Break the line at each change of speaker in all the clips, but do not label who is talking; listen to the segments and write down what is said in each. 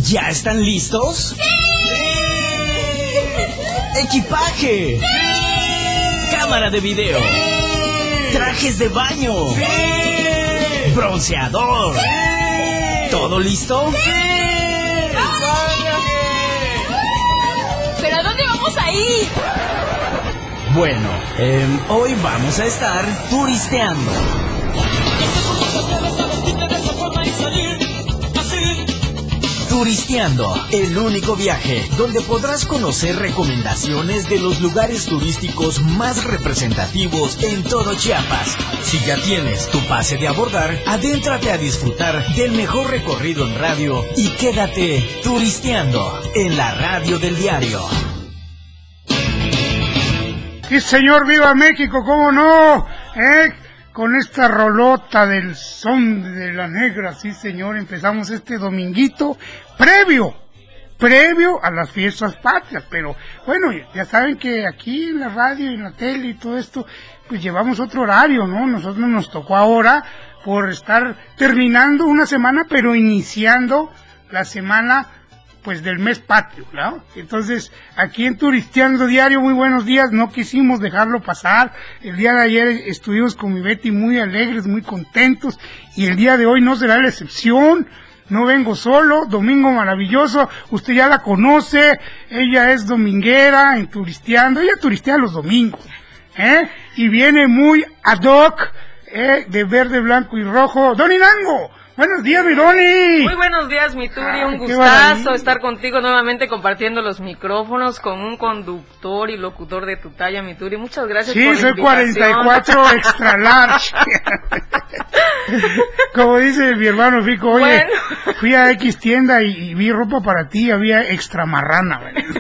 ¿Ya están listos? ¡Sí! ¡Equipaje! ¡Sí! ¡Cámara de video! ¡Sí! ¡Trajes de baño! ¡Sí! ¡Bronceador! ¡Sí! ¿Todo listo?
¡Sí! ¿Pero a dónde vamos a ir?
Bueno, hoy vamos a estar turisteando. Turisteando, el único viaje donde podrás conocer recomendaciones de los lugares turísticos más representativos en todo Chiapas. Si ya tienes tu pase de abordar, adéntrate a disfrutar del mejor recorrido en radio y quédate turisteando en la radio del diario.
Sí, señor, viva México, ¿cómo no? Con esta rolota del son de la negra, sí, señor, empezamos este dominguito previo a las fiestas patrias, pero bueno, ya saben que aquí en la radio y en la tele y todo esto, pues llevamos otro horario, ¿no? Nosotros nos tocó ahora por estar terminando una semana, pero iniciando la semana pues del mes patrio, ¿no? Entonces, aquí en Turisteando Diario, muy buenos días, no quisimos dejarlo pasar. El día de ayer estuvimos con mi Betty muy alegres, muy contentos, y el día de hoy no será la excepción. No vengo solo, domingo maravilloso, usted ya la conoce, ella es dominguera en Turisteando, ella turistea los domingos, y viene muy ad hoc, de verde, blanco y rojo. ¡Don Inango! Buenos días, mi Doni.
Muy buenos días, mi Turi. Un gustazo estar contigo nuevamente compartiendo los micrófonos con un conductor y locutor de tu talla, mi Turi. Muchas gracias por la invitación.
Sí, soy 44 extra large. Como dice mi hermano Fico, oye, bueno, fui a X tienda y vi ropa para ti, había extra marrana.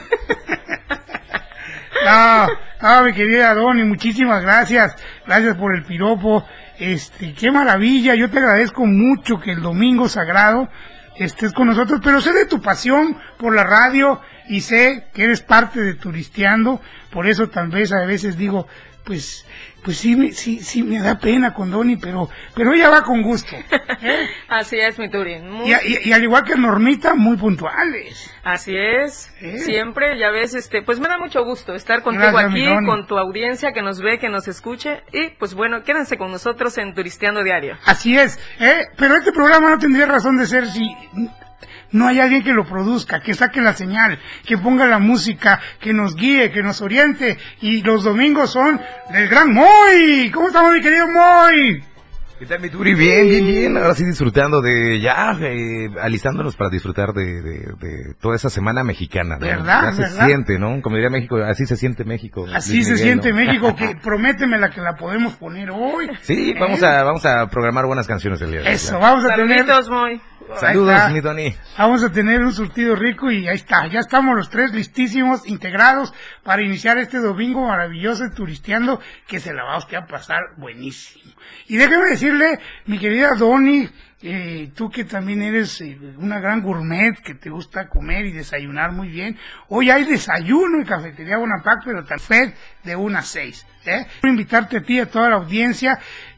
No, mi querida Doni, muchísimas gracias. Gracias por el piropo. Qué maravilla, yo te agradezco mucho que el domingo sagrado estés con nosotros, pero sé de tu pasión por la radio y sé que eres parte de Turisteando, por eso tal vez a veces digo, pues sí me da pena con Doni, pero ella va con gusto.
Así es, mi Turi.
Y al igual que Normita, muy puntuales.
Así es, siempre, ya ves, pues me da mucho gusto estar contigo. Gracias, aquí, con tu audiencia que nos ve, que nos escuche, y pues bueno, quédense con nosotros en Turisteando Diario.
Así es, pero este programa no tendría razón de ser si no hay alguien que lo produzca, que saque la señal, que ponga la música, que nos guíe, que nos oriente, y los domingos son del gran Moy. ¿Cómo estamos, mi querido Moy?
¿Qué tal, mi Turi? Bien. Ahora sí disfrutando de alistándonos para disfrutar de toda esa semana mexicana, ¿no?
¿Verdad?
Se siente, ¿no? Como diría México, así se siente México.
Así se siente México, que prométemela que la podemos poner hoy.
Sí, vamos a programar buenas canciones el día de hoy.
Eso, vamos a tener...
Saluditos, Moy.
Saludos, mi Tony.
Vamos a tener un surtido rico y ahí está, ya estamos los tres listísimos, integrados para iniciar este domingo maravilloso de Turisteando, que se la va a usted a pasar buenísimo. Y déjeme decirle, mi querida Doni, tú que también eres una gran gourmet, que te gusta comer y desayunar muy bien, hoy hay desayuno en Cafetería Bonampak, pero tal vez de 1 a 6. Quiero invitarte a ti y a toda la audiencia.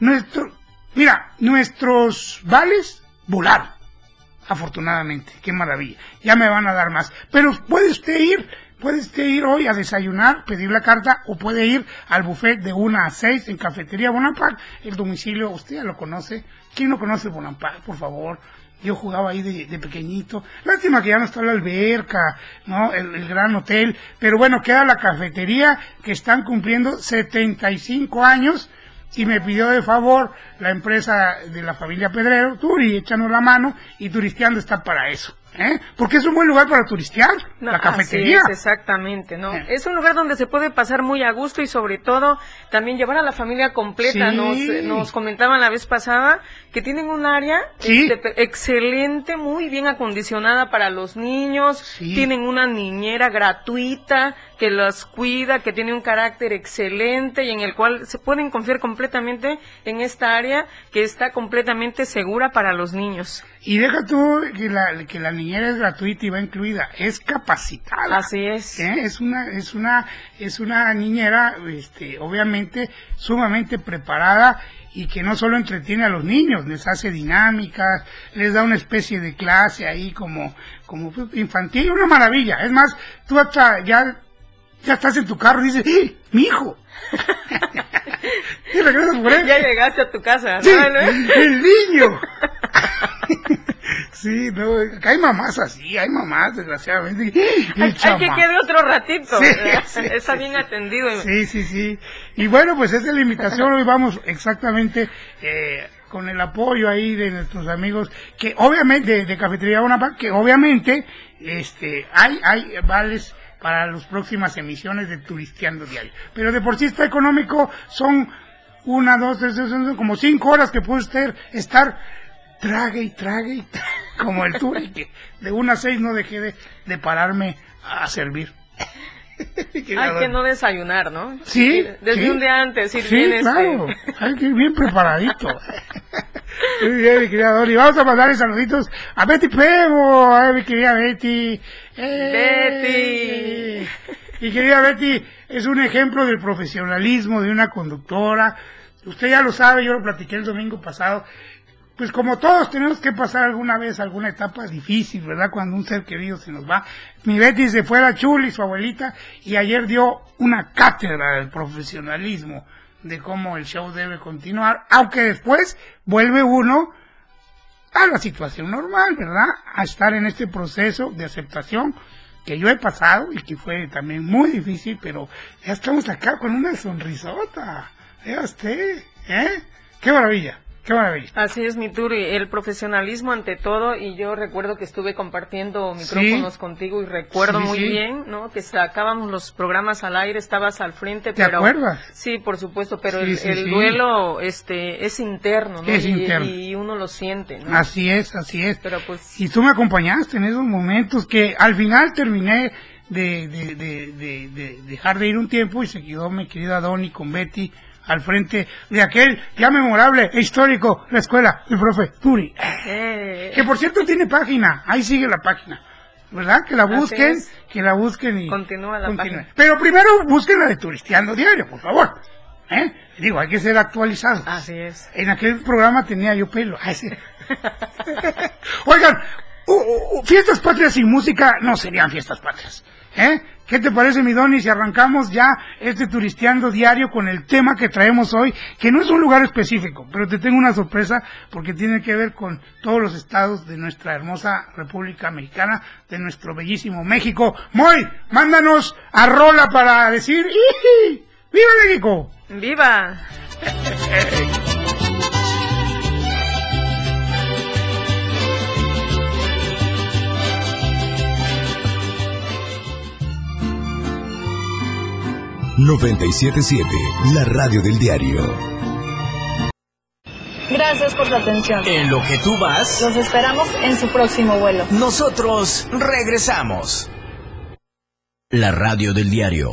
Nuestros vales volaron. Afortunadamente, qué maravilla, ya me van a dar más, pero puede usted ir hoy a desayunar, pedir la carta, o puede ir al buffet de 1 a 6 en Cafetería Bonampak. El domicilio, usted ya lo conoce. ¿Quién no conoce Bonampak, por favor? Yo jugaba ahí de pequeñito. Lástima que ya no está la alberca, ¿no? El gran hotel, pero bueno, queda la cafetería, que están cumpliendo 75 años, y me pidió de favor la empresa de la familia Pedrero, Turi, échanos la mano, y Turisteando está para eso. Porque es un buen lugar para turistear, la cafetería.
Así es, exactamente, ¿no? Es un lugar donde se puede pasar muy a gusto y sobre todo también llevar a la familia completa. Sí. Nos comentaban la vez pasada que tienen un área excelente, muy bien acondicionada para los niños. Sí. Tienen una niñera gratuita que los cuida, que tiene un carácter excelente y en el cual se pueden confiar completamente en esta área que está completamente segura para los niños.
Y deja tú que la niñera es gratuita y va incluida, es capacitada.
Así es.
Es una niñera, obviamente, sumamente preparada y que no solo entretiene a los niños, les hace dinámicas, les da una especie de clase ahí como infantil, una maravilla. Es más, tú hasta ya estás en tu carro y dices, ¡eh, mi hijo! Y regresas por él.
Ya llegaste a tu casa, ¿no?
Sí, el niño. Sí, no, hay mamás así, desgraciadamente.
Hay que quede otro ratito,
sí,
está bien atendido.
Sí. Y bueno, pues esa es la invitación, hoy vamos exactamente con el apoyo ahí de nuestros amigos, que obviamente, de Cafetería Bonaparte, que obviamente, hay vales para las próximas emisiones de Turisteando Diario. Pero de por sí está económico, son 1, 2, 3, son como 5 horas que puede usted estar trague y trague, como el Turi, que de 1 a 6 no dejé de pararme a servir.
Hay que no desayunar, ¿no?
Sí.
Desde un día antes, ir
sí,
bien
claro, hay que ir bien preparadito. Muy bien, mi querida Dori. Vamos a mandarle saluditos a Betty Pemo, a mi querida Betty.
Betty.
Mi querida Betty es un ejemplo del profesionalismo de una conductora. Usted ya lo sabe, yo lo platiqué el domingo pasado. Pues como todos tenemos que pasar alguna vez alguna etapa difícil, ¿verdad? Cuando un ser querido se nos va. Mi Betty se fue a la Chuli, su abuelita, y ayer dio una cátedra del profesionalismo, de cómo el show debe continuar, aunque después vuelve uno a la situación normal, ¿verdad? A estar en este proceso de aceptación que yo he pasado y que fue también muy difícil, pero ya estamos acá con una sonrisota. Vea usted, ¿eh? ¡Qué maravilla! ¡Qué maravilla!
Así es, mi Turi, el profesionalismo ante todo, y yo recuerdo que estuve compartiendo micrófonos contigo y recuerdo muy bien, ¿no? Que sacábamos los programas al aire, estabas al frente, pero...
¿Te acuerdas?
Sí, por supuesto, pero el duelo, es interno, ¿no?
Es interno.
Y uno lo siente, ¿no?
Así es.
Pero pues...
Y tú me acompañaste en esos momentos que al final terminé de dejar de ir un tiempo y se quedó mi querida Doni con Betty al frente de aquel ya memorable e histórico, la escuela, el profe Turi. Que por cierto tiene página, ahí sigue la página, ¿verdad? Que la busquen y...
Continúa la página.
Pero primero busquen la de Turisteando Diario, por favor. Digo, hay que ser actualizado.
Así es.
En aquel programa tenía yo pelo. Oigan, fiestas patrias sin música no serían fiestas patrias. ¿Qué te parece, mi Doni, si arrancamos ya este Turisteando Diario con el tema que traemos hoy, que no es un lugar específico, pero te tengo una sorpresa porque tiene que ver con todos los estados de nuestra hermosa República Mexicana, de nuestro bellísimo México. Moy, mándanos a rola para decir ¡iji! ¡Viva México!
¡Viva!
97.7, la radio del diario.
Gracias por su atención.
En lo que tú vas,
los esperamos en su próximo vuelo.
Nosotros regresamos. La radio del diario.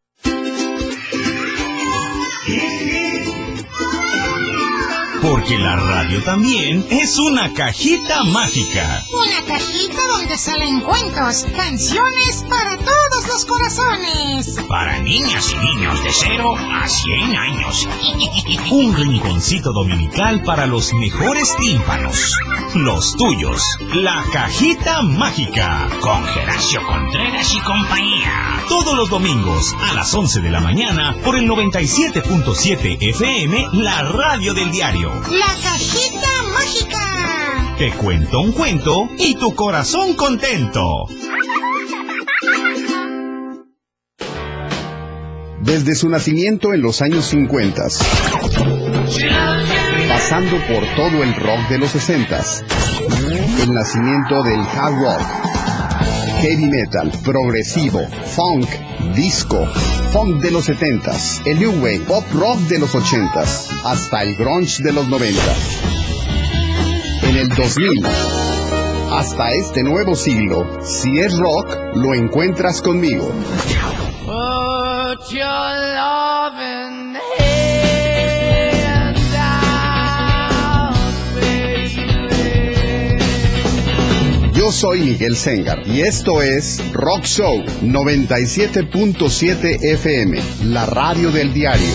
Porque la radio también es una cajita mágica.
Una cajita donde salen cuentos, canciones para todos los corazones.
Para niñas y niños de 0 a 100 años.
Un rinconcito dominical para los mejores tímpanos. Los tuyos. La cajita mágica.
Con Geracio Contreras y compañía.
Todos los domingos a las 11 de la mañana por el 97.7 FM, la radio del diario.
La cajita mágica.
Te cuento un cuento y tu corazón contento.
Desde su nacimiento en los años 50, pasando por todo el rock de los 60, el nacimiento del hard rock, heavy metal, progresivo, funk, disco, funk de los 70s, el new wave, pop rock de los 80s, hasta el grunge de los 90s. En el 2000, hasta este nuevo siglo, si es rock, lo encuentras conmigo.
Put your loving hand out, baby.
Yo soy Miguel Sengar y esto es Rock Show 97.7 FM, la radio del diario.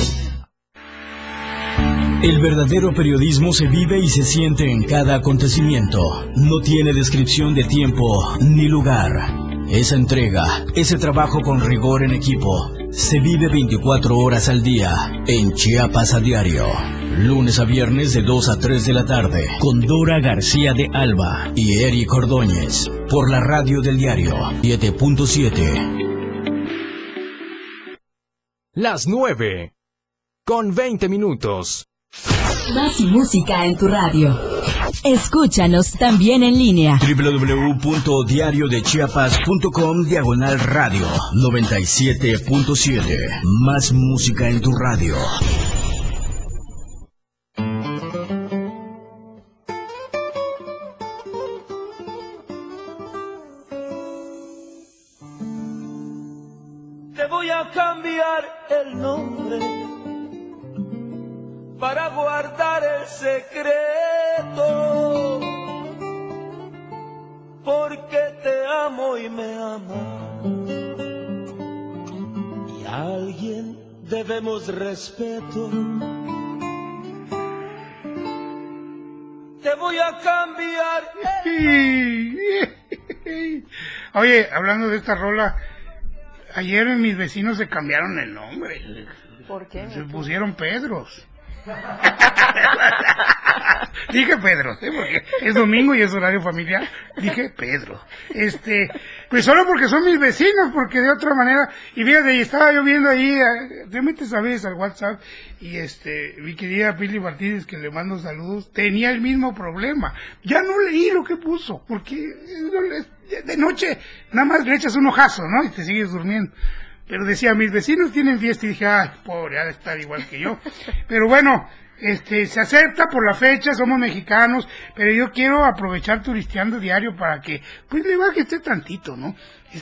El verdadero periodismo se vive y se siente en cada acontecimiento. No tiene descripción de tiempo ni lugar. Esa entrega, ese trabajo con rigor en equipo, se vive 24 horas al día en Chiapas a Diario. Lunes a viernes de 2 a 3 de la tarde, con Dora García de Alba y Eric Ordóñez, por la radio del diario 7.7.
Las 9:20.
Más música en tu radio. Escúchanos también en línea.
www.diariodechiapas.com/radio 97.7. Más música en tu radio.
Te voy a cambiar el nombre para guardar el secreto, porque te amo y me amas, y a alguien debemos respeto. Te voy a cambiar.
Oye, hablando de esta rola, ayer mis vecinos se cambiaron el nombre.
¿Por qué?
Se pusieron Pedros. Dije Pedro, porque es domingo y es horario familiar. Dije Pedro. Pues solo porque son mis vecinos, porque de otra manera. Y fíjate, estaba yo viendo ahí, te metes a veces al WhatsApp, y mi querida Pili Martínez, que le mando saludos, tenía el mismo problema. Ya no leí lo que puso, porque de noche nada más le echas un ojazo, ¿no? Y te sigues durmiendo. Pero decía, mis vecinos tienen fiesta, y dije, ay, pobre, ha de estar igual que yo. Pero bueno, se acepta por la fecha, somos mexicanos, pero yo quiero aprovechar Turisteando Diario para que, pues, le baje usted tantito, ¿no?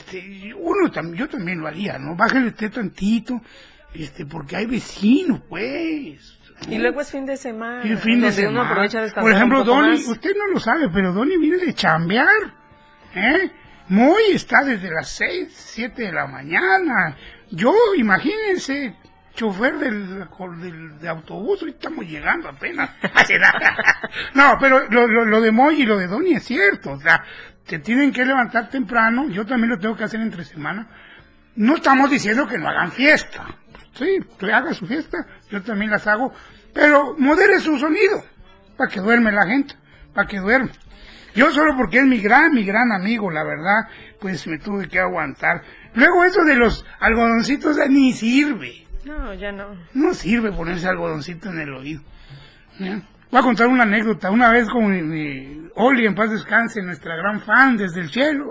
Yo también lo haría, ¿no? Bájale usted tantito, porque hay vecinos, pues.
¿No? Y luego es fin de semana.
Y fin de semana.
Uno aprovecha de
por ejemplo, Donny, usted no lo sabe, pero Donny viene de chambear, Moy está desde las 6, 7 de la mañana. Yo, imagínense, chofer de autobús, hoy estamos llegando apenas. No, pero lo de Moy y lo de Donny es cierto. O sea, te tienen que levantar temprano. Yo también lo tengo que hacer entre semana. No estamos diciendo que no hagan fiesta. Sí, usted haga su fiesta, yo también las hago. Pero modere su sonido, para que duerme la gente, para que duerme. Yo solo porque es mi gran amigo, la verdad, pues me tuve que aguantar. Luego eso de los algodoncitos ni sirve.
No, ya no.
No sirve ponerse algodoncito en el oído. ¿Ya? Voy a contar una anécdota. Una vez con mi Oli, en paz descanse, nuestra gran fan desde el cielo.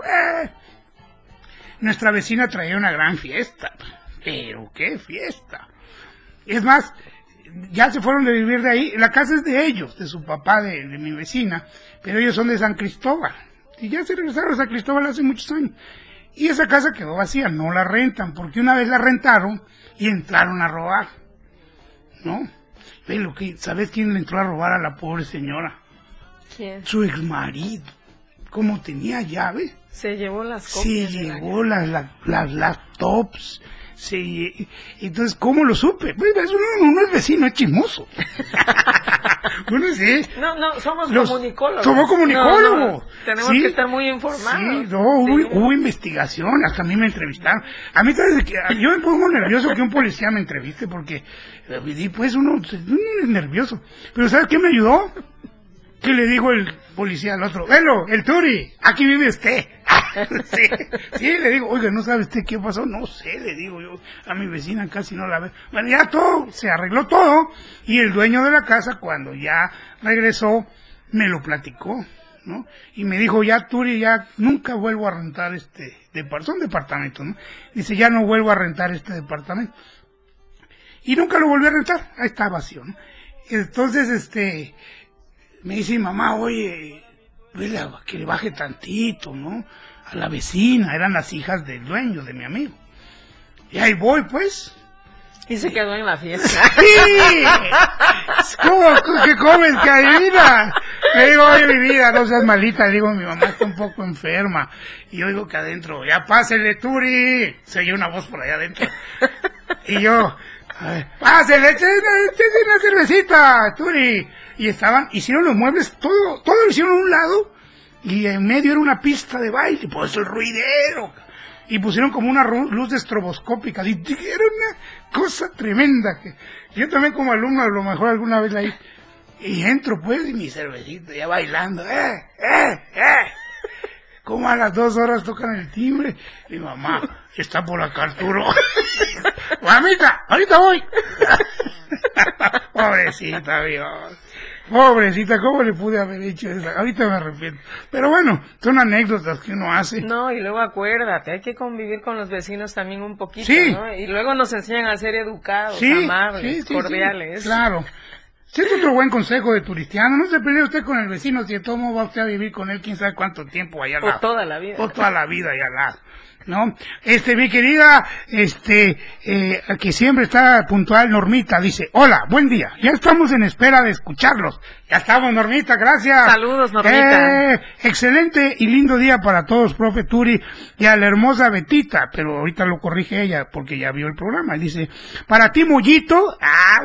Nuestra vecina traía una gran fiesta. Pero qué fiesta. Es más, ya se fueron de vivir de ahí. La casa es de ellos, de su papá, de mi vecina, pero ellos son de San Cristóbal. Y ya se regresaron a San Cristóbal hace muchos años. Y esa casa quedó vacía, no la rentan, porque una vez la rentaron y entraron a robar. ¿No? ¿Sabes quién le entró a robar a la pobre señora?
¿Quién?
Su exmarido. Como tenía llave.
Se llevó las copias.
Se llevó las laptops. Sí, entonces, ¿cómo lo supe? Pues uno es vecino, es chismoso. Uno sí.
No, somos comunicólogos.
Somos comunicólogos.
Tenemos que estar muy informados.
Sí, hubo investigación, hasta a mí me entrevistaron. A mí, yo me pongo nervioso que un policía me entreviste, porque, pues, uno es nervioso. Pero ¿sabes qué me ayudó? ¿Qué le dijo el policía al otro? ¡Velo, el Turi! ¡Aquí vive usted! sí, le digo, oiga, ¿no sabe usted qué pasó? No sé, le digo yo, a mi vecina casi no la ve. Bueno, ya todo, se arregló todo, y el dueño de la casa, cuando ya regresó, me lo platicó, ¿no? Y me dijo, ya Turi, ya nunca vuelvo a rentar son departamentos, ¿no? Dice, ya no vuelvo a rentar este departamento. Y nunca lo volví a rentar, ahí está vacío, ¿no? Entonces, me dice mi mamá, oye, que le baje tantito, ¿no? A la vecina, eran las hijas del dueño, de mi amigo. Y ahí voy, pues.
Y se quedó en la fiesta.
¡Sí! ¿Cómo que comes, que adivina? Le digo, oye, mi vida, no seas malita. Le digo, mi mamá está un poco enferma. Y yo digo que adentro, ya pásele, Turi. Se oye una voz por allá adentro. Y yo, pásele, échale una cervecita, Turi. Y hicieron los muebles, todo lo hicieron a un lado. Y en medio era una pista de baile, por eso el ruidero. Y pusieron como una luz estroboscópica. Y era una cosa tremenda. Que yo también como alumno, a lo mejor alguna vez ahí. Y entro pues, y mi cervecita ya bailando. Como a las 2 horas tocan el timbre. Mi mamá, está por acá Arturo. Mamita, ahorita voy. Pobrecita, Dios. Pobrecita, ¿cómo le pude haber hecho eso? Ahorita me arrepiento. Pero bueno, son anécdotas que uno hace.
No, y luego acuérdate, hay que convivir con los vecinos también un poquito,
sí.
¿no? Y luego nos enseñan a ser educados,
sí,
amables, cordiales.
Sí, claro. Este es otro buen consejo de turistiano. No se pelee usted con el vecino, si de todo modo va usted a vivir con él quién sabe cuánto tiempo allá al lado.
O toda la vida.
O toda la vida allá al lado. ¿No? Mi querida, que siempre está puntual, Normita, dice, hola, buen día, ya estamos en espera de escucharlos. Ya estamos, Normita, gracias.
Saludos, Normita.
Excelente y lindo día para todos, profe Turi, y a la hermosa Betita, pero ahorita lo corrige ella porque ya vio el programa, y dice, para ti, Mollito,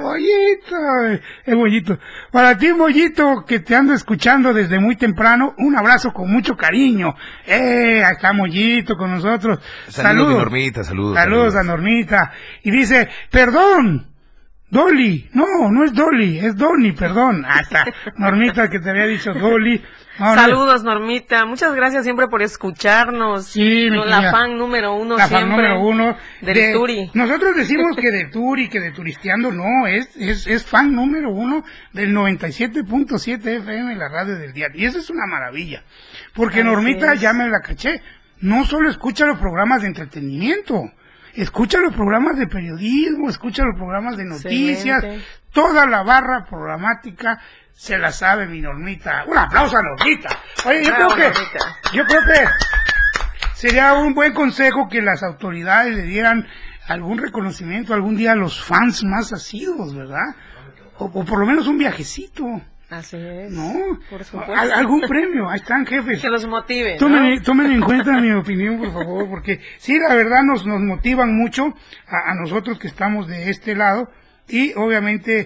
Mollito, para ti, Mollito, que te ando escuchando desde muy temprano, un abrazo con mucho cariño. Ahí está Mollito con nosotros.
Saludos, Normita, saludos.
Saludos a Normita. Y dice, perdón, Dolly. No es Dolly, es Donny, perdón. Está Normita que te había dicho Dolly. No,
saludos, Normita. Muchas gracias siempre por escucharnos.
Sí,
la fan número uno
la
siempre.
La fan número uno.
Del Turi.
Nosotros decimos que de Turi, que de Turisteando, no, es fan número uno del 97.7 FM, la radio del diario. Y eso es una maravilla. Porque Normita ya me la caché. No solo escucha los programas de entretenimiento, escucha los programas de periodismo, escucha los programas de noticias, toda la barra programática se la sabe mi Normita. Un aplauso a Normita. Oye, yo creo que sería un buen consejo que las autoridades le dieran algún reconocimiento algún día a los fans más asiduos, ¿verdad? O por lo menos un viajecito.
Así es.
No,
por supuesto.
Algún premio, ahí están, jefes.
Que los motive,
Tomen en cuenta mi opinión, por favor, porque sí, la verdad nos motivan mucho a nosotros que estamos de este lado y obviamente,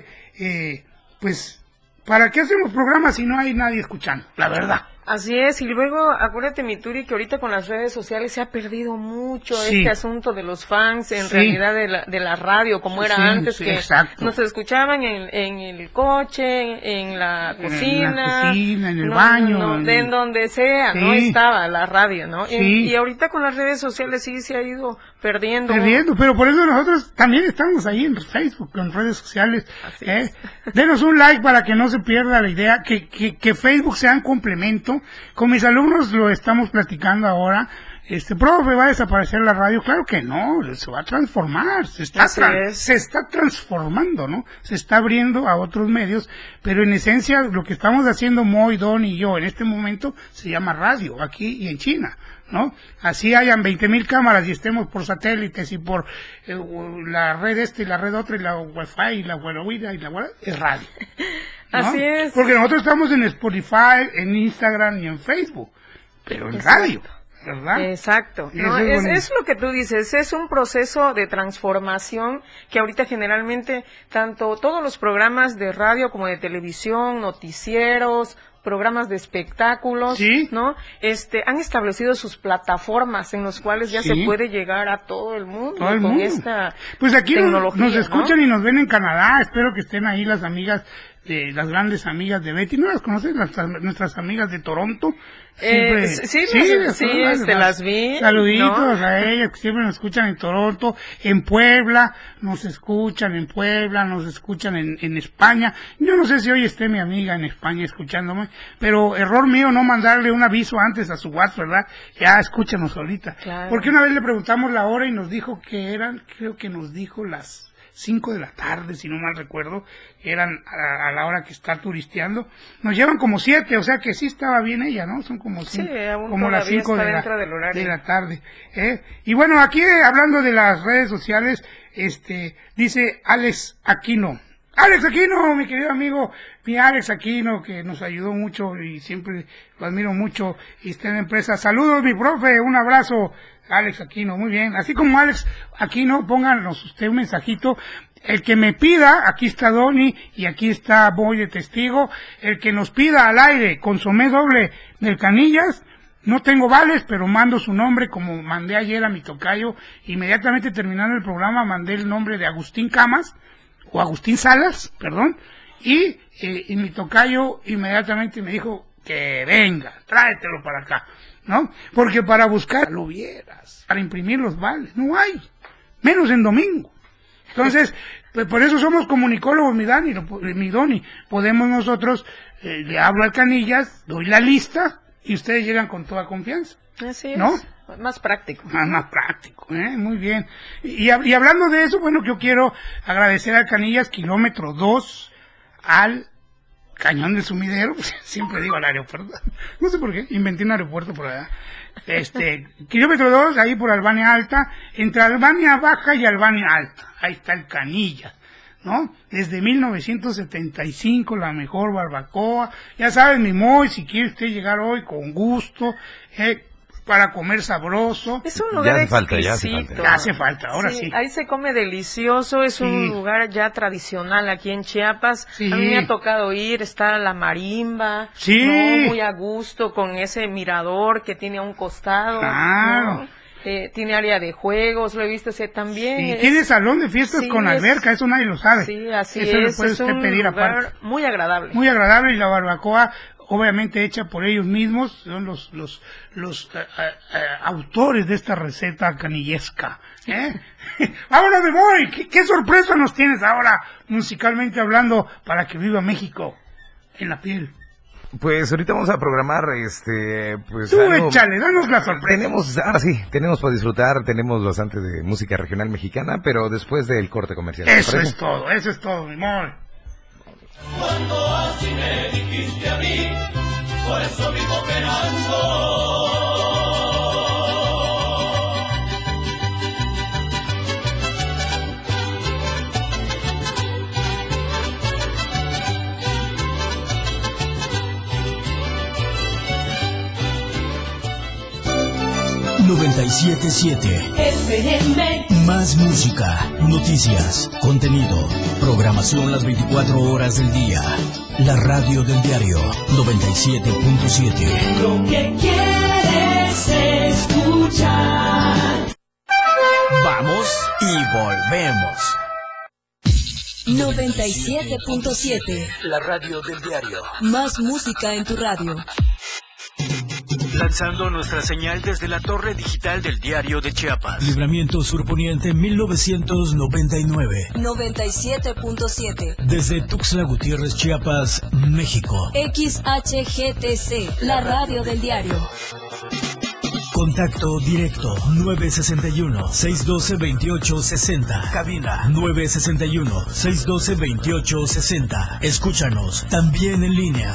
pues, ¿para qué hacemos programas si no hay nadie escuchando? La verdad.
Así es, y luego, acuérdate, mi Turi, que ahorita con las redes sociales se ha perdido mucho este asunto de los fans, en realidad de la radio, como era antes, que nos escuchaban en el coche, en la cocina,
en el baño.
En donde sea, ¿no? Estaba la radio, ¿no? Y ahorita con las redes sociales sí se ha ido perdiendo,
pero por eso nosotros también estamos ahí en Facebook, en redes sociales. Denos un like para que no se pierda la idea, que Facebook sea un complemento. Con mis alumnos lo estamos platicando ahora. Profe, ¿va a desaparecer la radio? Claro que no, se va a transformar, se está transformando, ¿no? Se está abriendo a otros medios, pero en esencia lo que estamos haciendo Moy, Don y yo en este momento se llama radio, aquí y en China, ¿no? Así hayan 20,000 cámaras y estemos por satélites y por la red y la red otra y la Wi-Fi y la Wi-Fi y la Wi-Fi, es radio. ¿No?
Así es.
Porque nosotros estamos en Spotify, en Instagram y en Facebook, pero en radio, ¿verdad?
Exacto. No, es lo que tú dices, es un proceso de transformación que ahorita generalmente tanto todos los programas de radio como de televisión, noticieros, programas de espectáculos, ¿no? Han establecido sus plataformas en los cuales ya se puede llegar a todo el mundo con esta
pues aquí
tecnología,
nos escuchan, ¿no? Y nos ven en Canadá. Espero que estén ahí las amigas las grandes amigas de Betty. ¿No las conoces? Nuestras amigas de Toronto.
Las vi.
Saluditos a ellas que siempre nos escuchan en Toronto, en Puebla, nos escuchan en España. Yo no sé si hoy esté mi amiga en España escuchándome, pero error mío no mandarle un aviso antes a su WhatsApp, ¿verdad? Ya escúchanos ahorita.
Claro.
Porque una vez le preguntamos la hora y nos dijo que eran, creo que nos dijo las 5 de la tarde, si no mal recuerdo, eran a la hora que está turisteando. Nos llevan como 7, o sea que sí estaba bien ella, ¿no? Son como como las 5 de la tarde. Y bueno, aquí hablando de las redes sociales, dice Alex Aquino, Alex Aquino, mi querido amigo, mi Alex Aquino, que nos ayudó mucho y siempre lo admiro mucho y está en la empresa. Saludos, mi profe, un abrazo, Alex Aquino, muy bien. Así como Alex Aquino, pónganos usted un mensajito. El que me pida, aquí está Donny y aquí está Boy de testigo. El que nos pida al aire consomé doble del Canillas, no tengo vales, pero mando su nombre como mandé ayer a mi tocayo. Inmediatamente terminando el programa mandé el nombre de Agustín Camas, o Agustín Salas, perdón, y mi tocayo inmediatamente me dijo que venga, tráetelo para acá, ¿no? Porque para buscar lo vieras, para imprimir los vales, no hay, menos en domingo. Entonces, pues por eso somos comunicólogos, mi Donny, podemos nosotros, le hablo al Canillas, doy la lista, y ustedes llegan con toda confianza.
Así es.
¿No?
Más práctico.
Más práctico, muy bien. Y hablando de eso, bueno, yo quiero agradecer al Canillas kilómetro 2 al Cañón del Sumidero, siempre digo al aeropuerto, no sé por qué, inventé un aeropuerto por allá. Kilómetro 2, ahí por Albania Alta, entre Albania Baja y Albania Alta, ahí está el Canillas, ¿no? Desde 1975, la mejor barbacoa, ya saben, mi Moy, si quiere usted llegar hoy, con gusto, para comer sabroso.
Es un lugar exquisito.
Ya hace falta, ahora sí.
Ahí se come delicioso, es un lugar ya tradicional aquí en Chiapas. Sí. A mí me ha tocado ir, está la marimba, ¿no? Muy a gusto, con ese mirador que tiene a un costado.
Claro.
¿no? Tiene área de juegos, lo he visto ese también.
Sí, tiene salón de fiestas con alberca, eso nadie lo sabe.
Sí, así
eso
es.
Lo puede usted pedir aparte.
Muy agradable.
Muy agradable, y la barbacoa obviamente hecha por ellos mismos, son los autores de esta receta canillesca. Ahora me voy, ¿Qué sorpresa nos tienes ahora, musicalmente hablando, para que viva México en la piel?
Pues ahorita vamos a programar, pues
tú échale, danos la sorpresa.
Tenemos para disfrutar, tenemos bastante de música regional mexicana, pero después del corte comercial.
Eso es todo, mi amor.
Cuando así me dijiste a mí, por eso vivo penando.
97.7
FM.
Más música, noticias, contenido, programación las 24 horas del día. La radio del diario 97.7.
Lo que quieres escuchar.
Vamos y volvemos.
97.7.
La radio del diario.
Más música en tu radio.
Lanzando nuestra señal desde la torre digital del diario de Chiapas. Libramiento Surponiente 1999.
97.7.
Desde Tuxtla Gutiérrez, Chiapas, México.
XHGTC, la radio del diario.
Contacto directo 961-612-2860. Cabina 961-612-2860. Escúchanos también en línea.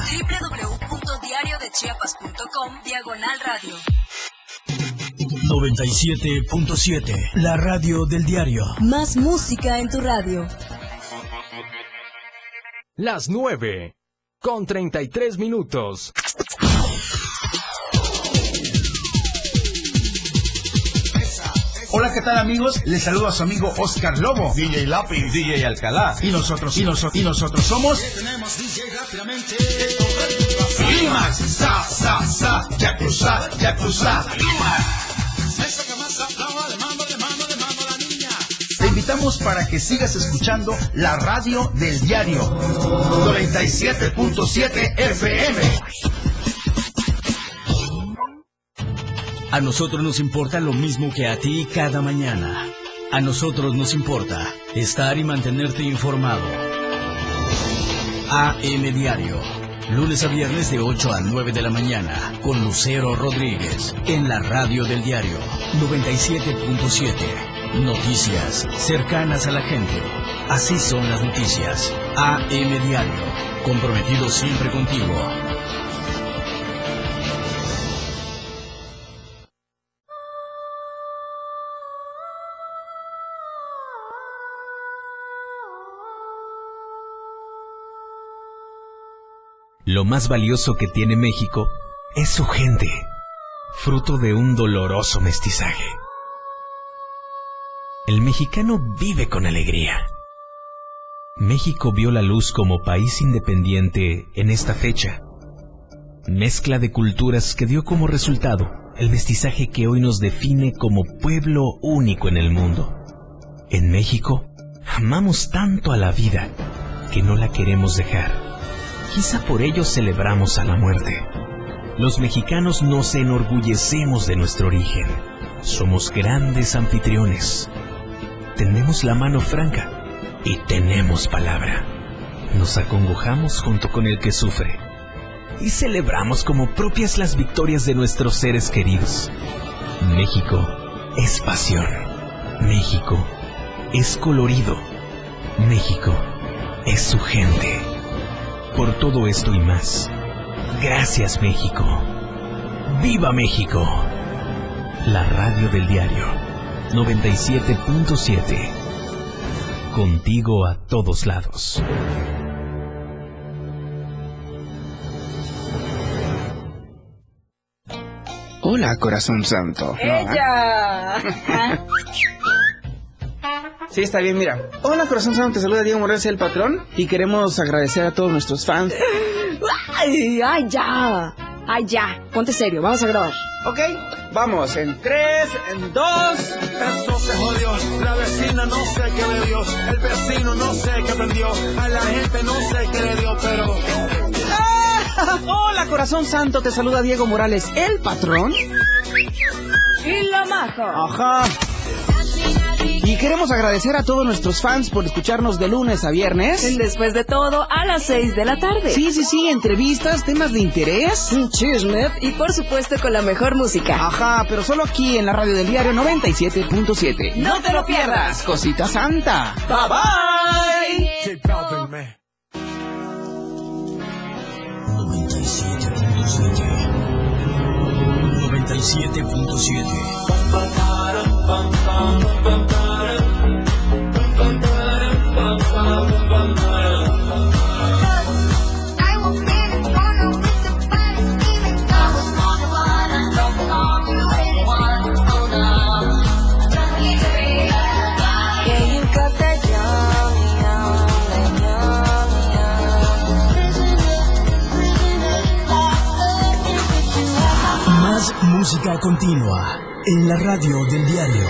www.diariodechiapas.com/radio.
97.7, la radio del diario.
Más música en tu radio.
Las 9:33.
Hola, ¿qué tal, amigos? Les saludo a su amigo Oscar Lobo,
DJ Lápiz, DJ Alcalá.
Y nosotros somos...
Tenemos DJ rápidamente.
Climax, sa, Yakuza. Te invitamos para que sigas escuchando la radio del diario 97.7 FM.
A nosotros nos importa lo mismo que a ti cada mañana. A nosotros nos importa estar y mantenerte informado. AM Diario, lunes a viernes de 8 a 9 de la mañana, con Lucero Rodríguez, en la radio del diario 97.7. Noticias cercanas a la gente. Así son las noticias. AM Diario, comprometido siempre contigo. Lo más valioso que tiene México es su gente, fruto de un doloroso mestizaje. El mexicano vive con alegría. México vio la luz como país independiente en esta fecha. Mezcla de culturas que dio como resultado el mestizaje que hoy nos define como pueblo único en el mundo. En México, amamos tanto a la vida que no la queremos dejar. Quizá por ello celebramos a la muerte. Los mexicanos nos enorgullecemos de nuestro origen. Somos grandes anfitriones. Tenemos la mano franca y tenemos palabra. Nos acongojamos junto con el que sufre y celebramos como propias las victorias de nuestros seres queridos. México es pasión. México es colorido. México es su gente. Por todo esto y más, gracias México. ¡Viva México! La radio del diario 97.7. Contigo a todos lados.
Hola, corazón santo.
¡Ella!
Sí, está bien, mira. Hola, corazón santo, te saluda Diego Morales, el patrón, y queremos agradecer a todos nuestros fans.
¡Ay, ya! ¡Ay, ya! Ponte serio, vamos a grabar.
Ok, vamos, en 3, en 2...
Esto se jodió, la vecina no sé qué le dio, el vecino no sé qué aprendió, a la gente no sé qué le dio, pero...
Hola, corazón santo, te saluda Diego Morales, el patrón.
Y la majo.
Ajá. Y queremos agradecer a todos nuestros fans por escucharnos de lunes a viernes.
Después de todo, a las 6 de la tarde.
Sí, entrevistas, temas de interés,
chisme y por supuesto con la mejor música.
Ajá, pero solo aquí en la radio del diario 97.7.
¡No te lo pierdas!
Cosita santa.
Bye bye.
97.7. Más música continua en la radio del diario.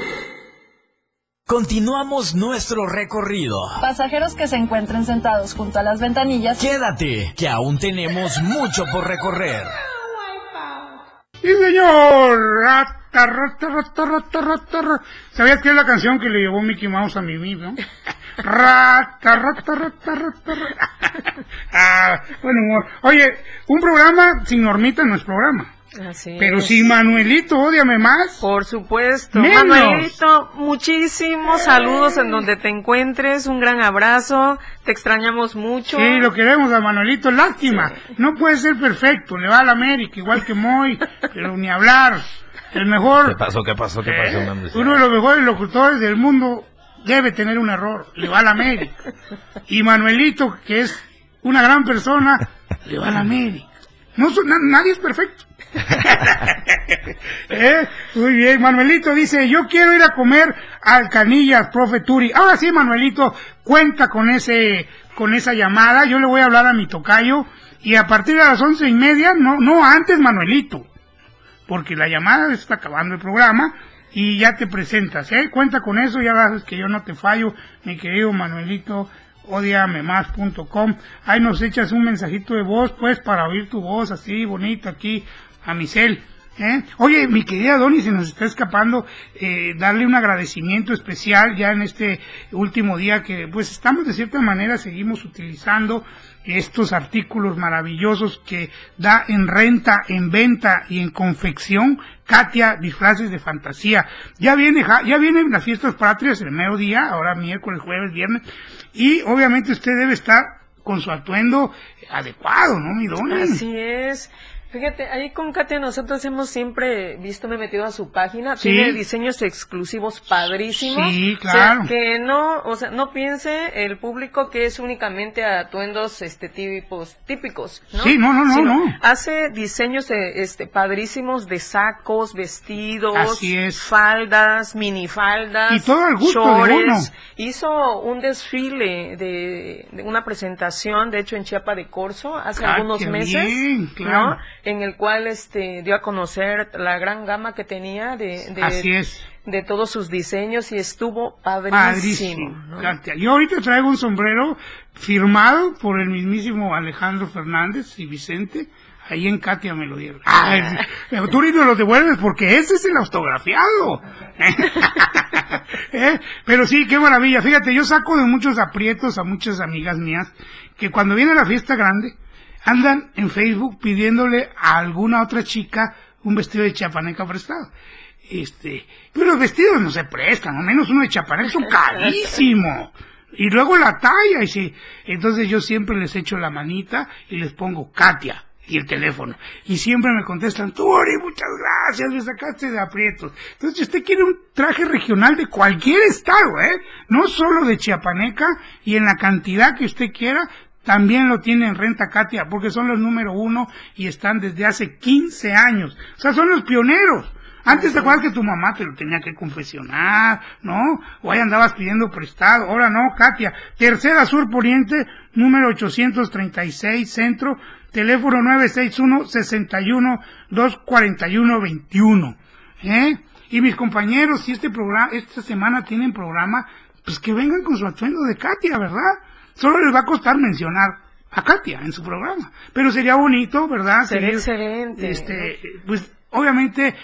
Continuamos nuestro recorrido.
Pasajeros que se encuentren sentados junto a las ventanillas,
quédate, que aún tenemos mucho por recorrer.
¡Sí, señor! ¿Sabías que es la canción que le llevó Mickey Mouse a Mimi, no? Buen humor. Oye, un programa sin Normita no es programa.
Así
pero
es.
si Manuelito, ódiame más.
Por supuesto.
Menos.
Manuelito, muchísimos saludos en donde te encuentres, un gran abrazo, te extrañamos mucho.
Sí, lo queremos a Manuelito, lástima. Sí. No puede ser perfecto, le va a la América, igual que Moy, pero ni hablar. El mejor...
¿Qué pasó,
uno de los mejores locutores del mundo debe tener un error, le va a la América. Y Manuelito, que es una gran persona, le va a la América. Nadie es perfecto. Muy bien, Manuelito dice, yo quiero ir a comer al Canillas, profe Turi. Ahora sí, Manuelito, cuenta con esa llamada. Yo le voy a hablar a mi tocayo y a partir de las 11:30, no antes, Manuelito, porque la llamada está acabando el programa y ya te presentas, cuenta con eso, ya sabes que yo no te fallo, mi querido Manuelito. odiamemás.com. Ahí nos echas un mensajito de voz, pues, para oír tu voz así bonito aquí a mi cel. Oye, mi querida Doni, se nos está escapando darle un agradecimiento especial ya en este último día que, pues, estamos de cierta manera, seguimos utilizando estos artículos maravillosos que da en renta, en venta y en confección Katia Disfraces de Fantasía. Ya vienen las fiestas patrias el mero día, ahora miércoles, jueves, viernes, y obviamente usted debe estar con su atuendo adecuado, ¿no, mi Doni?
Así es. Fíjate, ahí con Katia nosotros hemos siempre visto, me he metido a su página, tiene diseños exclusivos padrísimos.
Sí, claro.
O sea, que no piense el público que es únicamente atuendos típicos, ¿no?
Sí, no.
Hace diseños padrísimos de sacos, vestidos,
así es,
faldas, minifaldas,
y todo el gusto
shorts.
de uno.
Hizo un desfile de una presentación, de hecho en Chiapa de Corzo, hace algunos meses,
bien, claro,
¿no? En el cual dio a conocer la gran gama que tenía
así es,
de todos sus diseños, y estuvo padrísimo, ¿no?
Yo ahorita traigo un sombrero firmado por el mismísimo Alejandro Fernández y Vicente. Ahí en Katia me lo dieron. Tú ni me lo devuelves porque ese es el autografiado. Pero sí, qué maravilla. Fíjate, yo saco de muchos aprietos a muchas amigas mías que cuando viene la fiesta grande andan en Facebook pidiéndole a alguna otra chica un vestido de chiapaneca prestado. Pero los vestidos no se prestan, al menos uno de chiapaneca son carísimo. Y luego la talla, y sí. Entonces yo siempre les echo la manita y les pongo Katia y el teléfono. Y siempre me contestan, Turi, muchas gracias, me sacaste de aprietos. Entonces, si usted quiere un traje regional de cualquier estado, no solo de chiapaneca, y en la cantidad que usted quiera, también lo tiene en Renta Katia, porque son los número 1 y están desde hace 15 años. O sea, son los pioneros. Antes te acuerdas que tu mamá te lo tenía que confeccionar, ¿no? O ahí andabas pidiendo prestado. Ahora no, Katia. Tercera Sur Poniente, número 836, Centro, teléfono 961-61-241-21. Y mis compañeros, si esta semana tienen programa, pues que vengan con su atuendo de Katia, ¿verdad? Solo les va a costar mencionar a Katia en su programa. Pero sería bonito, ¿verdad?
Sería excelente.
Pues, obviamente,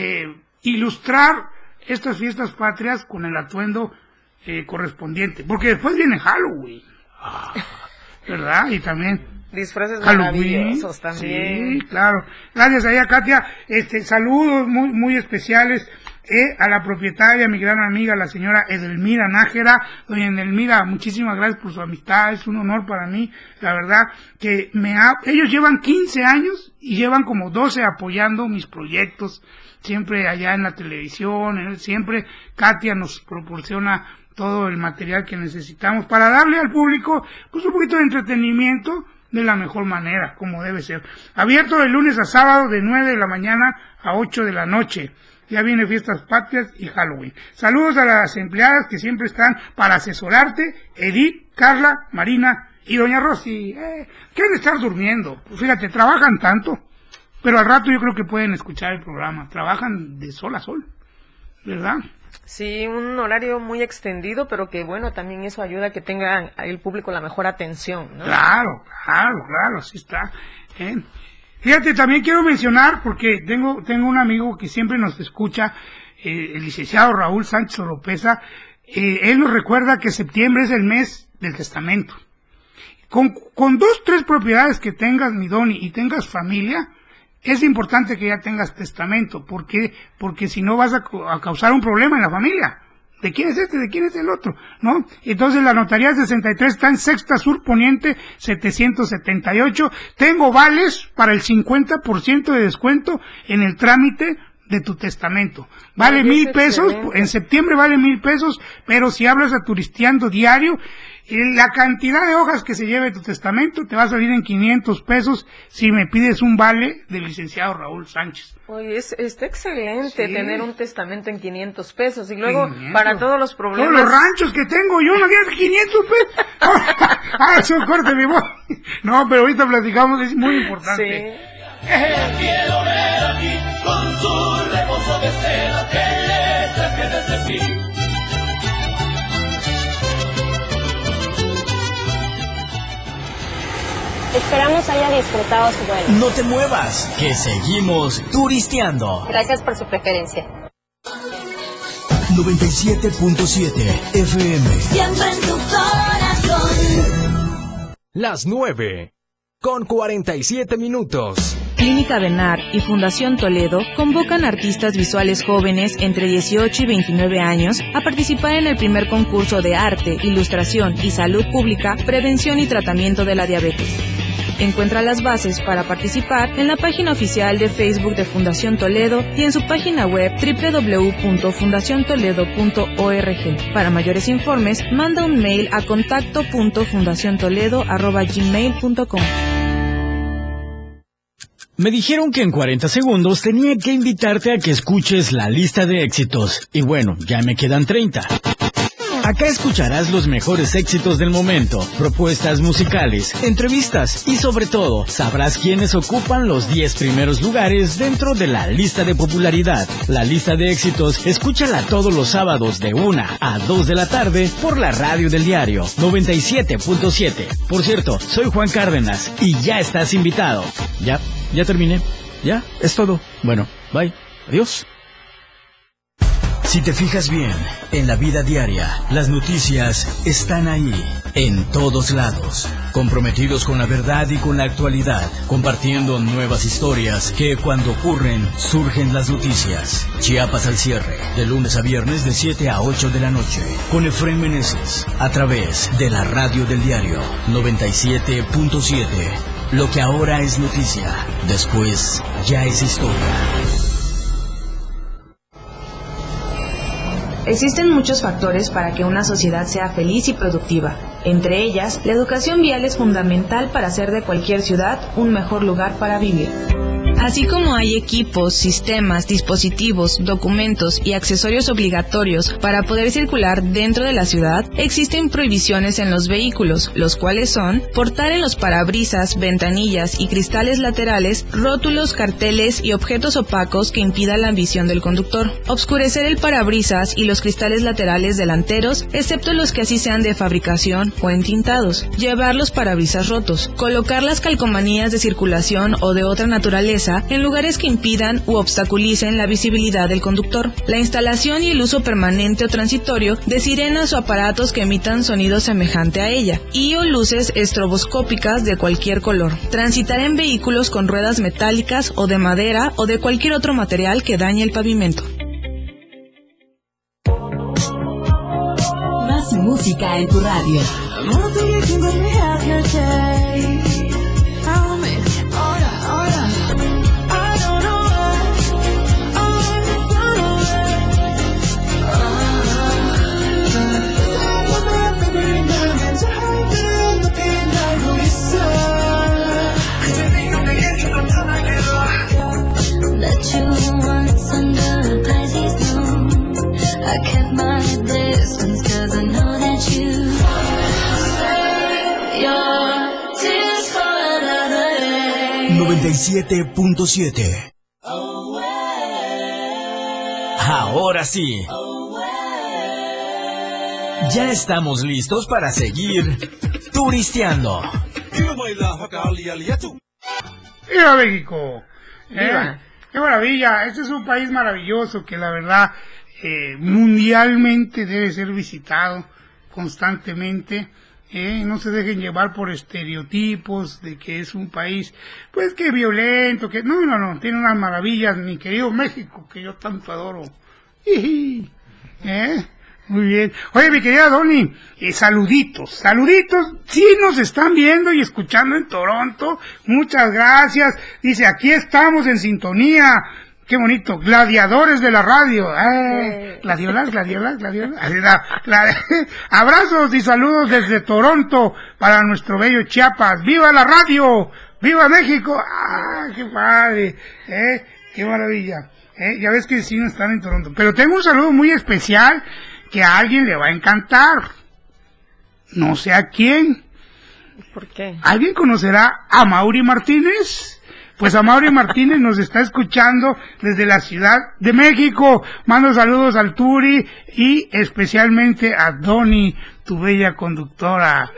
ilustrar estas fiestas patrias con el atuendo correspondiente. Porque después viene Halloween. ¿Verdad? Y también
disfraces
Halloween,
maravillosos también.
Sí, claro. Gracias a ella, Katia. Saludos muy, muy especiales a la propietaria, mi gran amiga, la señora Edelmira Nájera. Doña Edelmira, muchísimas gracias por su amistad. Es un honor para mí, la verdad, que ellos llevan 15 años y llevan como 12 apoyando mis proyectos, siempre allá en la televisión, siempre Katia nos proporciona todo el material que necesitamos para darle al público pues un poquito de entretenimiento de la mejor manera, como debe ser. Abierto de lunes a sábado de 9 de la mañana a 8 de la noche. Ya viene Fiestas Patrias y Halloween. Saludos a las empleadas que siempre están para asesorarte, Edith, Carla, Marina y Doña Rosy. Quieren estar durmiendo. Fíjate, trabajan tanto, pero al rato yo creo que pueden escuchar el programa. Trabajan de sol a sol, ¿verdad?
Sí, un horario muy extendido, pero que bueno, también eso ayuda a que tenga el público la mejor atención, ¿no?
Claro, así está. Fíjate, también quiero mencionar, porque tengo un amigo que siempre nos escucha, el licenciado Raúl Sánchez Oropesa. Él nos recuerda que septiembre es el mes del testamento. Con 2-3 propiedades que tengas, mi Doni, y tengas familia, es importante que ya tengas testamento. ¿Por qué? Porque si no vas a causar un problema en la familia. ¿De quién es este? ¿De quién es el otro? ¿No? Entonces la notaría 63 está en Sexta Sur Poniente 778. Tengo vales para el 50% de descuento en el trámite de tu testamento. Vale 1,000 pesos, en septiembre vale 1,000 pesos, pero si hablas a Turisteando Diario, la cantidad de hojas que se lleve tu testamento te va a salir en 500 pesos si me pides un vale del licenciado Raúl Sánchez.
Oye, está excelente tener un testamento en 500 pesos. Y luego, para todos los problemas...
Todos los ranchos que tengo yo, imagínate, 500 pesos. Es un corte mi voz. No, pero ahorita platicamos, es muy importante.
Sí. Quiero ver aquí con su reposo de seda que le traje desde fin.
Esperamos haya disfrutado su vuelo.
No te muevas, que seguimos turisteando.
Gracias por su preferencia.
97.7 FM.
Siempre en tu corazón.
Las 9:47.
Clínica Benar y Fundación Toledo convocan artistas visuales jóvenes entre 18 y 29 años a participar en el primer concurso de arte, ilustración y salud pública, prevención y tratamiento de la diabetes. Encuentra las bases para participar en la página oficial de Facebook de Fundación Toledo y en su página web www.fundaciontoledo.org. Para mayores informes, manda un mail a contacto.fundaciontoledo@gmail.com.
Me dijeron que en 40 segundos tenía que invitarte a que escuches la lista de éxitos. Y bueno, ya me quedan 30. Acá escucharás los mejores éxitos del momento, propuestas musicales, entrevistas y sobre todo, sabrás quiénes ocupan los 10 primeros lugares dentro de la lista de popularidad. La lista de éxitos, escúchala todos los sábados de 1 a 2 de la tarde por la radio del diario 97.7. Por cierto, soy Juan Cárdenas y ya estás invitado. Ya terminé. Ya, es todo. Bueno, bye. Adiós. Si te fijas bien, en la vida diaria, las noticias están ahí, en todos lados, comprometidos con la verdad y con la actualidad, compartiendo nuevas historias que cuando ocurren, surgen las noticias. Chiapas al cierre, de lunes a viernes de 7 a 8 de la noche, con Efraín Meneses, a través de la radio del diario 97.7. Lo que ahora es noticia, después ya es historia.
Existen muchos factores para que una sociedad sea feliz y productiva. Entre ellas, la educación vial es fundamental para hacer de cualquier ciudad un mejor lugar para vivir. Así como hay equipos, sistemas, dispositivos, documentos y accesorios obligatorios para poder circular dentro de la ciudad, existen prohibiciones en los vehículos, los cuales son portar en los parabrisas, ventanillas y cristales laterales rótulos, carteles y objetos opacos que impidan la visión del conductor, obscurecer el parabrisas y los cristales laterales delanteros, excepto los que así sean de fabricación o entintados, llevar los parabrisas rotos, colocar las calcomanías de circulación o de otra naturaleza en lugares que impidan u obstaculicen la visibilidad del conductor, la instalación y el uso permanente o transitorio de sirenas o aparatos que emitan sonido semejante a ella, y o luces estroboscópicas de cualquier color, transitar en vehículos con ruedas metálicas o de madera o de cualquier otro material que dañe el pavimento.
Más música en tu radio.
I kept my distance 'cause I know that you save your tears for another day.
97.7. Ahora sí. Ya estamos listos para seguir turisteando.
¡Viva México! ¡Qué maravilla! Este es un país maravilloso que la verdad mundialmente debe ser visitado constantemente. No se dejen llevar por estereotipos de que es un país pues que violento, que no, tiene unas maravillas, mi querido México, que yo tanto adoro. Muy bien. Oye, mi querida Doni, saluditos, sí nos están viendo y escuchando en Toronto, muchas gracias. Dice, aquí estamos en sintonía. Qué bonito, gladiadores de la radio. Gladiolas. Abrazos y saludos desde Toronto para nuestro bello Chiapas. ¡Viva la radio! ¡Viva México! ¡Ah, qué padre! ¡Qué maravilla! Ya ves que sí no están en Toronto. Pero tengo un saludo muy especial que a alguien le va a encantar. No sé a quién.
¿Por qué?
¿Alguien conocerá a Mauri Martínez? Pues a Mauri Martínez nos está escuchando desde la Ciudad de México. Mando saludos al Turi y especialmente a Doni, tu bella conductora.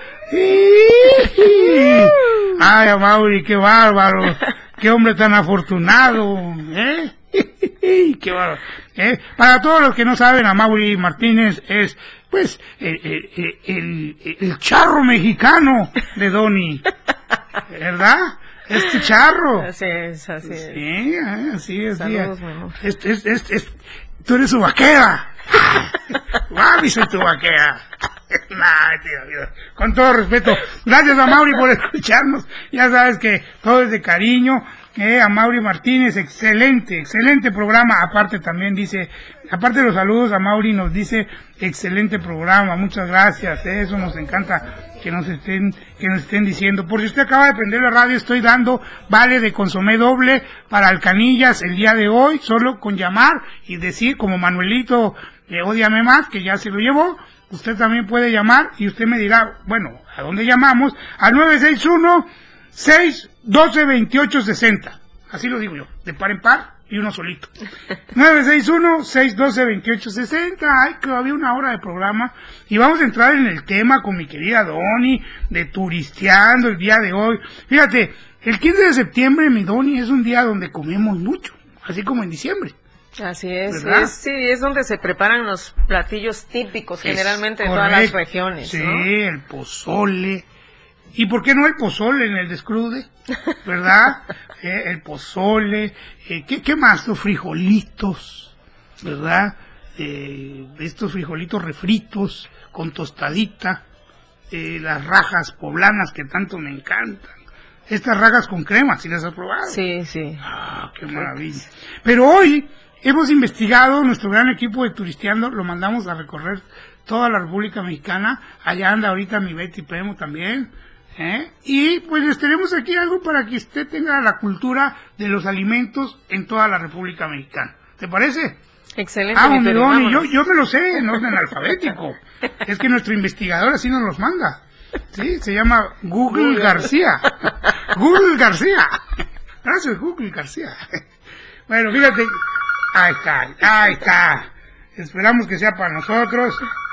Ay, a Mauri, qué bárbaro. Qué hombre tan afortunado. Qué bárbaro. Para todos los que no saben, a Mauri Martínez es, pues, el charro mexicano de Doni. ¿Verdad? Este charro.
Así es, así es.
Sí, así es.
Saludos, bueno.
Tú eres su vaquera. Mami, soy tu vaquera. Con todo respeto. Gracias a Mauri por escucharnos. Ya sabes que todo es de cariño. A Mauri Martínez, excelente programa. Aparte también dice, aparte de los saludos, a Mauri nos dice, excelente programa, muchas gracias. Eso nos encanta que nos estén diciendo. Por si usted acaba de prender la radio, estoy dando vale de consomé doble para Alcanillas el día de hoy, solo con llamar y decir, como Manuelito, ódiame más, que ya se lo llevó. Usted también puede llamar y usted me dirá, bueno, ¿a dónde llamamos? Al 961-612-2860. Así lo digo yo, de par en par y uno solito. 961-612-2860. Ay, que había una hora de programa y vamos a entrar en el tema con mi querida Doni de turisteando el día de hoy. Fíjate, el 15 de septiembre, mi Doni, es un día donde comemos mucho, así como en diciembre.
Así es, es donde se preparan los platillos típicos generalmente de todas las regiones.
Sí,
¿no?
El pozole. ¿Y por qué no el pozole en el descrude? ¿Verdad? El pozole. ¿Qué más? Los frijolitos, ¿verdad? Estos frijolitos refritos con tostadita. Las rajas poblanas que tanto me encantan. Estas rajas con crema, ¿sí las has probado?
Sí, sí.
Ah, qué maravilla. Pero hoy hemos investigado, nuestro gran equipo de Turisteando, lo mandamos a recorrer toda la República Mexicana. Allá anda ahorita mi Betty Pemo también. Y pues les tenemos aquí algo para que usted tenga la cultura de los alimentos en toda la República Mexicana. ¿Te parece?
Excelente.
Yo me lo sé en orden alfabético. Es que nuestro investigador así nos los manda. Sí, se llama Google García. Google García. Gracias, Google García. Bueno, fíjate. Ahí está. Esperamos que sea para nosotros.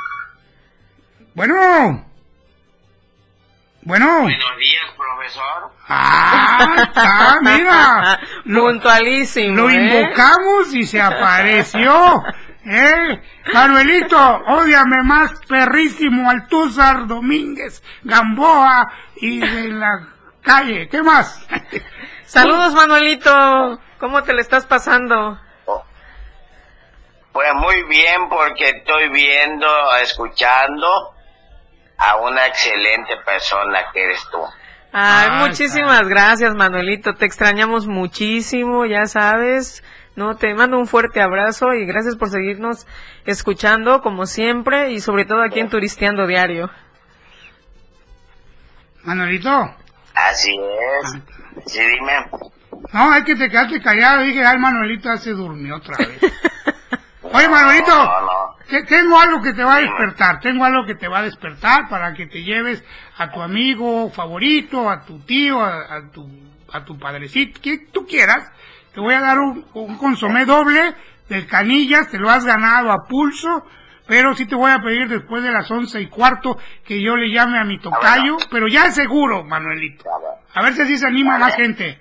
Bueno.
Buenos días, profesor.
Está, mira.
Puntualísimo.
Lo invocamos y se apareció. Manuelito, ódiame más, perrísimo, Altúzar, Domínguez, Gamboa y de la calle. ¿Qué más?
Saludos, Manuelito. ¿Cómo te le estás pasando?
Pues muy bien, porque estoy viendo, escuchando a una excelente persona que eres tú.
Muchísimas gracias, Manuelito. Te extrañamos muchísimo, ya sabes. No, te mando un fuerte abrazo y gracias por seguirnos escuchando como siempre y sobre todo aquí en Turisteando Diario.
Manuelito.
Así es. Sí, dime.
No, hay que te quedaste callado. Dije, Manuelito ya se durmió otra vez. Oye, Manuelito, tengo algo que te va a despertar. Tengo algo que te va a despertar para que te lleves a tu amigo favorito, a tu tío, a tu padrecito, que tú quieras. Te voy a dar un consomé doble del Canillas, te lo has ganado a pulso, pero sí te voy a pedir después de las 11:15 que yo le llame a mi tocayo, pero ya es seguro, Manuelito. A ver si así se anima más gente.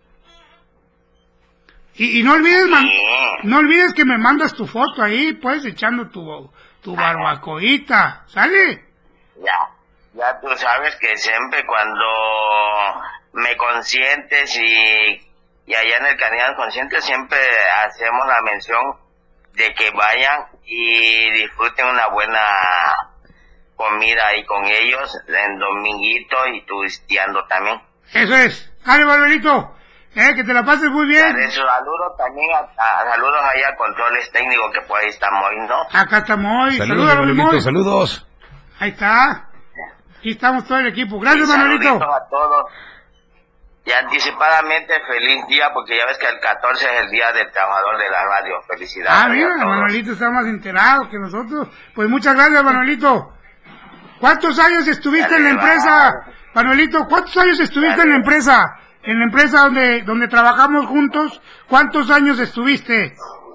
Y no olvides que me mandas tu foto ahí, pues, echando tu barbacoita, ¿sale?
Ya tú sabes que siempre cuando me consientes y allá en el Canal Consciente siempre hacemos la mención de que vayan y disfruten una buena comida ahí con ellos en dominguito y turisteando también.
Eso es. Dale, Manuelito. Que te la pases muy bien.
Saludos también saludos allá a controles técnicos que por ahí estamos hoy, ¿no?
Acá estamos hoy.
Saludos, saludos.
Ahí está. Aquí estamos todo el equipo. Gracias, Manuelito.
Saludos a todos. Y anticipadamente feliz día, porque ya ves que el 14 es el día del trabajador de la radio. Felicidades.
Mira, Manuelito está más enterado que nosotros. Pues muchas gracias, Manuelito. ¿Cuántos años estuviste en la empresa? Manuelito, ¿cuántos años estuviste en la empresa? En la empresa donde trabajamos juntos, ¿cuántos años estuviste?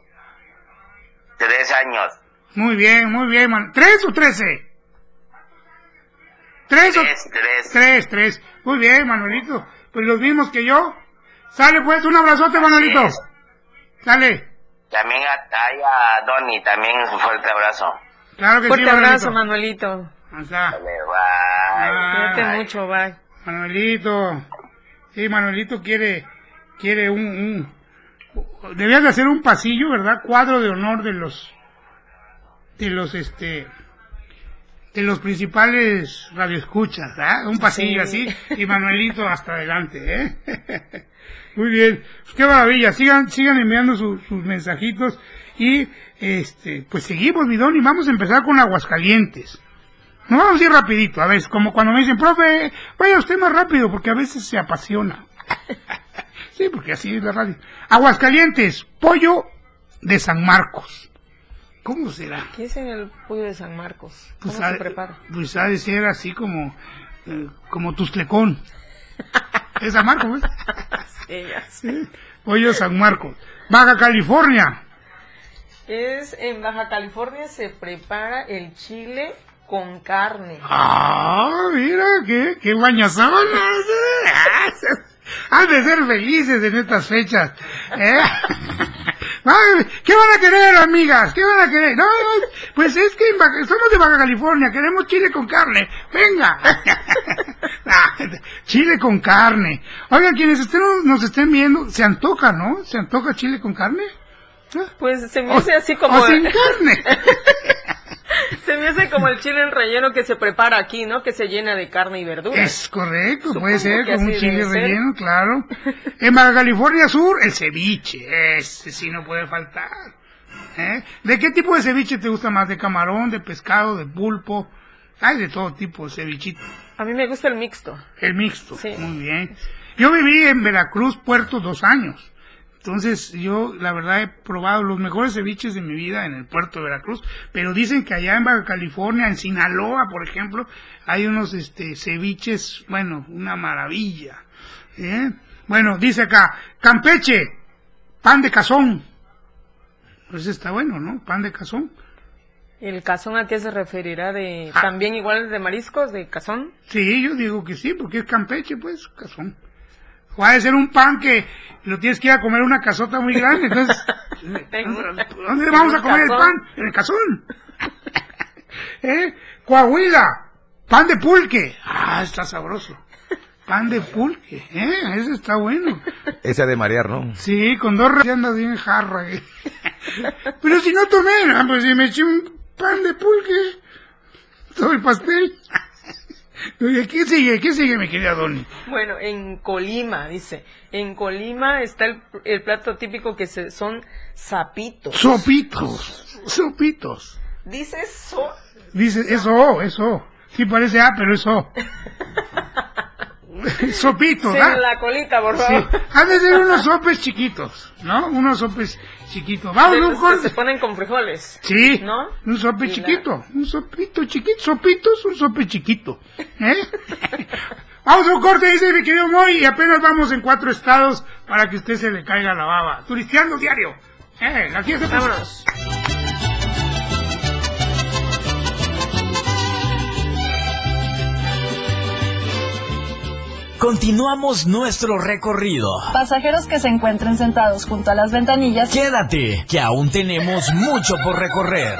3 años.
Muy bien, man. ¿3 o 13? 3. 3. Muy bien, Manuelito. Pues los mismos que yo. Sale pues, un abrazote, Manuelito. Sale.
También a Doni, también un fuerte abrazo.
Claro que
fuerte
sí,
abrazo, Manuelito.
Cuídate
mucho, bye.
Manuelito. Sí, Manuelito quiere debías de hacer un pasillo, ¿verdad? Cuadro de honor de los los principales radioescuchas, ¿verdad? Un pasillo así y Manuelito hasta adelante, ¿eh? Muy bien, qué maravilla, sigan enviando sus mensajitos y pues seguimos, Bidón, y vamos a empezar con Aguascalientes. Nos vamos a ir rapidito, a veces, como cuando me dicen, profe, vaya usted más rápido, porque a veces se apasiona. Sí, porque así es la radio. Aguascalientes, pollo de San Marcos. ¿Cómo será?
¿Qué es el pollo de San Marcos? ¿Cómo se prepara?
Pues ha de ser así como Tustlecón. ¿Es San Marcos?
Sí.
Pollo San Marcos. Baja California.
En Baja California se prepara el chile con carne.
Ah, mira, qué bañazonas. Han de ser felices en estas fechas. ¿Qué van a querer, amigas? ¿Qué van a querer? No, pues es que somos de Baja California, queremos chile con carne. Venga. Chile con carne. Oigan, quienes nos estén viendo, se antoja, ¿no? ¿Se antoja chile con carne?
Pues se me hace así como...
O sin carne.
Se me hace como el chile en relleno que se prepara aquí, ¿no? Que se llena de carne y verduras.
Es correcto, puede ser como un chile relleno, claro. En Baja California Sur, el ceviche, ese sí no puede faltar. ¿De qué tipo de ceviche te gusta más? ¿De camarón, de pescado, de pulpo? Hay de todo tipo de cevichito.
A mí me gusta el mixto.
El mixto,
sí.
Muy bien. Yo viví en Veracruz, Puerto, 2 años. Entonces, yo, la verdad, he probado los mejores ceviches de mi vida en el puerto de Veracruz, pero dicen que allá en Baja California, en Sinaloa, por ejemplo, hay unos ceviches, bueno, una maravilla. Bueno, dice acá, Campeche, pan de cazón. Pues está bueno, ¿no? Pan de cazón.
¿El cazón a qué se referirá? ¿También igual de mariscos, de cazón?
Sí, yo digo que sí, porque es Campeche, pues, cazón. O ha de ser un pan que lo tienes que ir a comer una casota muy grande, entonces, ¿dónde vamos a comer el pan? En el cazón. Coahuila, pan de pulque. Ah, está sabroso. Pan de pulque, ese está bueno.
Ese ha de marear, ¿no?
Sí, con 2 rayas andas bien jarra. Pero si no tomé, pues si me eché un pan de pulque, todo el pastel. ¿Qué sigue, mi querida Doni?
Bueno, en Colima, dice, en Colima está el plato típico que son zapitos.
Sopitos.
¿Dice eso?
Dice, eso. Sí parece pero eso. Sopitos,
sí,
¿ah?
la colita, por favor.
Sí. Han de ser unos sopes chiquitos, ¿no? Unos sopes chiquitos. Vamos, un corte.
Se ponen con frijoles.
Sí,
¿no?
Un sope chiquito. Un sopito chiquito. Sopitos, un sope chiquito. Vamos a un corte, dice mi querido Moy, y apenas vamos en 4 estados para que usted se le caiga la baba. Turisteando diario. Aquí está.
Vámonos.
Continuamos nuestro recorrido.
Pasajeros que se encuentren sentados junto a las ventanillas,
quédate, que aún tenemos mucho por recorrer.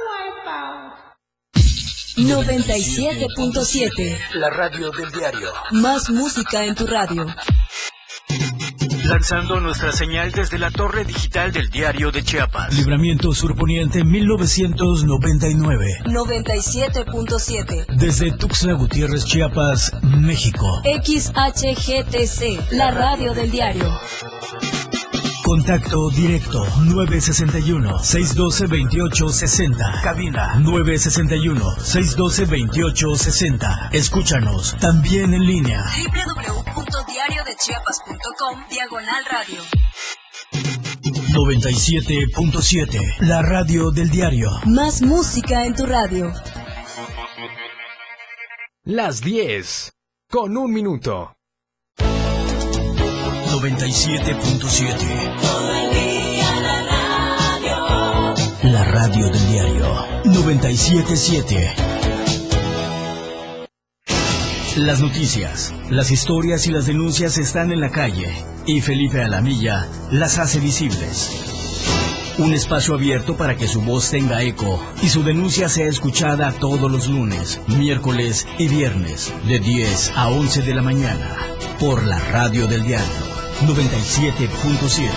97.7.
La radio del diario.
Más música en tu radio.
Lanzando nuestra señal desde la torre digital del Diario de Chiapas. Libramiento Sur Poniente 1999.
97.7.
Desde Tuxtla Gutiérrez, Chiapas, México.
XHGTC, la radio del diario.
Contacto directo 961-612-2860. Cabina 961-612-2860. Escúchanos también en línea.
www.diariodechiapas.com/radio.
97.7, la radio del diario.
Más música en tu radio.
Las 10 con 1 minuto.
97.7. La radio del diario. 97.7. Las noticias, las historias y las denuncias están en la calle y Felipe Alamilla las hace visibles. Un espacio abierto para que su voz tenga eco y su denuncia sea escuchada todos los lunes, miércoles y viernes de 10 a 11 de la mañana por la radio del diario 97.7.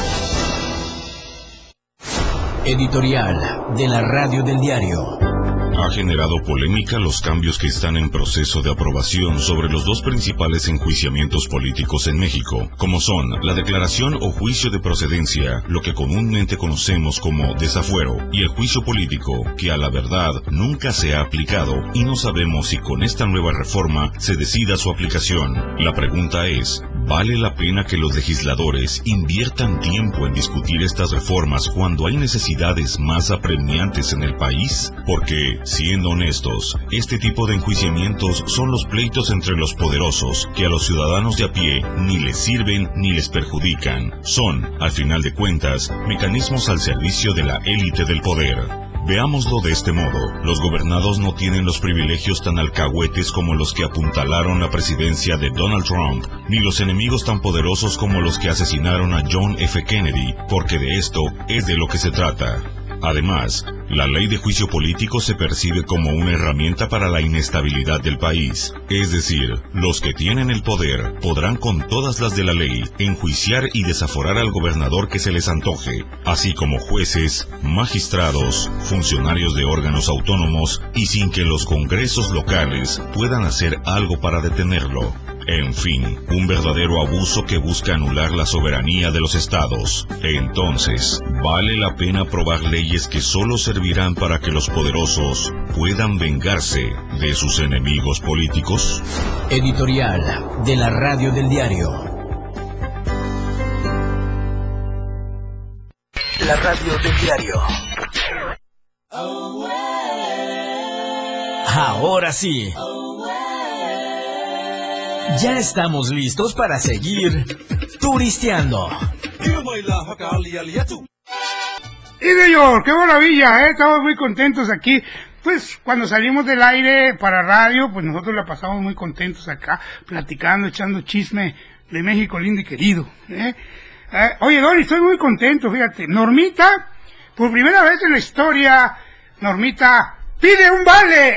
Editorial de la radio del diario.
Ha generado polémica los cambios que están en proceso de aprobación sobre los dos principales enjuiciamientos políticos en México, como son la declaración o juicio de procedencia, lo que comúnmente conocemos como desafuero, y el juicio político, que a la verdad nunca se ha aplicado y no sabemos si con esta nueva reforma se decida su aplicación. La pregunta es, ¿vale la pena que los legisladores inviertan tiempo en discutir estas reformas cuando hay necesidades más apremiantes en el país? Porque, siendo honestos, este tipo de enjuiciamientos son los pleitos entre los poderosos, que a los ciudadanos de a pie ni les sirven ni les perjudican. Son, al final de cuentas, mecanismos al servicio de la élite del poder. Veámoslo de este modo, los gobernados no tienen los privilegios tan alcahuetes como los que apuntalaron la presidencia de Donald Trump, ni los enemigos tan poderosos como los que asesinaron a John F. Kennedy, porque de esto es de lo que se trata. Además, la ley de juicio político se percibe como una herramienta para la inestabilidad del país. Es decir, los que tienen el poder podrán con todas las de la ley enjuiciar y desaforar al gobernador que se les antoje, así como jueces, magistrados, funcionarios de órganos autónomos y sin que los congresos locales puedan hacer algo para detenerlo. En fin, un verdadero abuso que busca anular la soberanía de los estados. Entonces, ¿vale la pena aprobar leyes que solo servirán para que los poderosos puedan vengarse de sus enemigos políticos?
Editorial de la Radio del Diario. La Radio del Diario. Ahora sí. Ya estamos listos para seguir turisteando.
Y señor, qué maravilla, estamos muy contentos aquí. Pues cuando salimos del aire para radio, pues nosotros la pasamos muy contentos acá, platicando, echando chisme de México lindo y querido. Oye, Dori, estoy muy contento, fíjate. Normita, por primera vez en la historia, Normita pide un vale.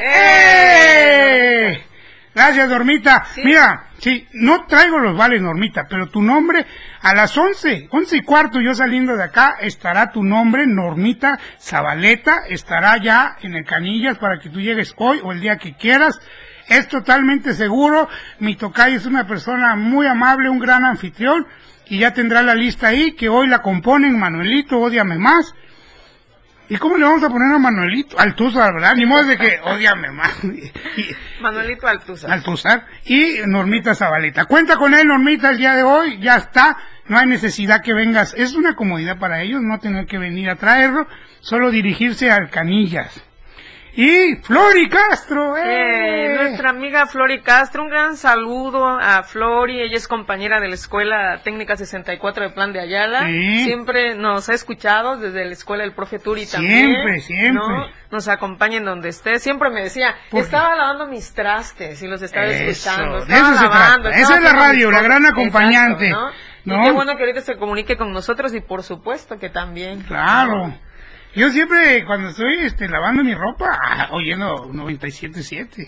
¡Eh! Gracias, Normita. Sí. Mira, sí, no traigo los vales, Normita, pero tu nombre, a las 11:15, yo saliendo de acá, estará tu nombre, Normita Zabaleta, estará ya en el Canillas para que tú llegues hoy o el día que quieras. Es totalmente seguro. Mi tocayo es una persona muy amable, un gran anfitrión, y ya tendrá la lista ahí, que hoy la componen Manuelito, Ódiame Más. ¿Y cómo le vamos a poner a Manuelito? Altúzar, ¿verdad? Ni modo de que Ódiame Más.
Manuelito Altúzar.
Altúzar. Y Normita Zabaleta. Cuenta con él, Normita, el día de hoy. Ya está. No hay necesidad que vengas. Es una comodidad para ellos no tener que venir a traerlo. Solo dirigirse al Canillas. Y Flori Castro,
nuestra amiga Flori Castro, un gran saludo a Flori, ella es compañera de la Escuela Técnica 64 de Plan de Ayala, sí. Siempre nos ha escuchado desde la Escuela del Profe Turi también,
siempre,
¿no? Nos acompaña en donde esté, siempre me decía, estaba lavando mis trastes y los estaba escuchando, estaba lavando.
Esa es la radio, la gran acompañante.
Exacto, ¿no? Y qué bueno que ahorita se comunique con nosotros y por supuesto que también.
Claro. ¿No? Yo siempre, cuando estoy lavando mi ropa, oyendo 97.7.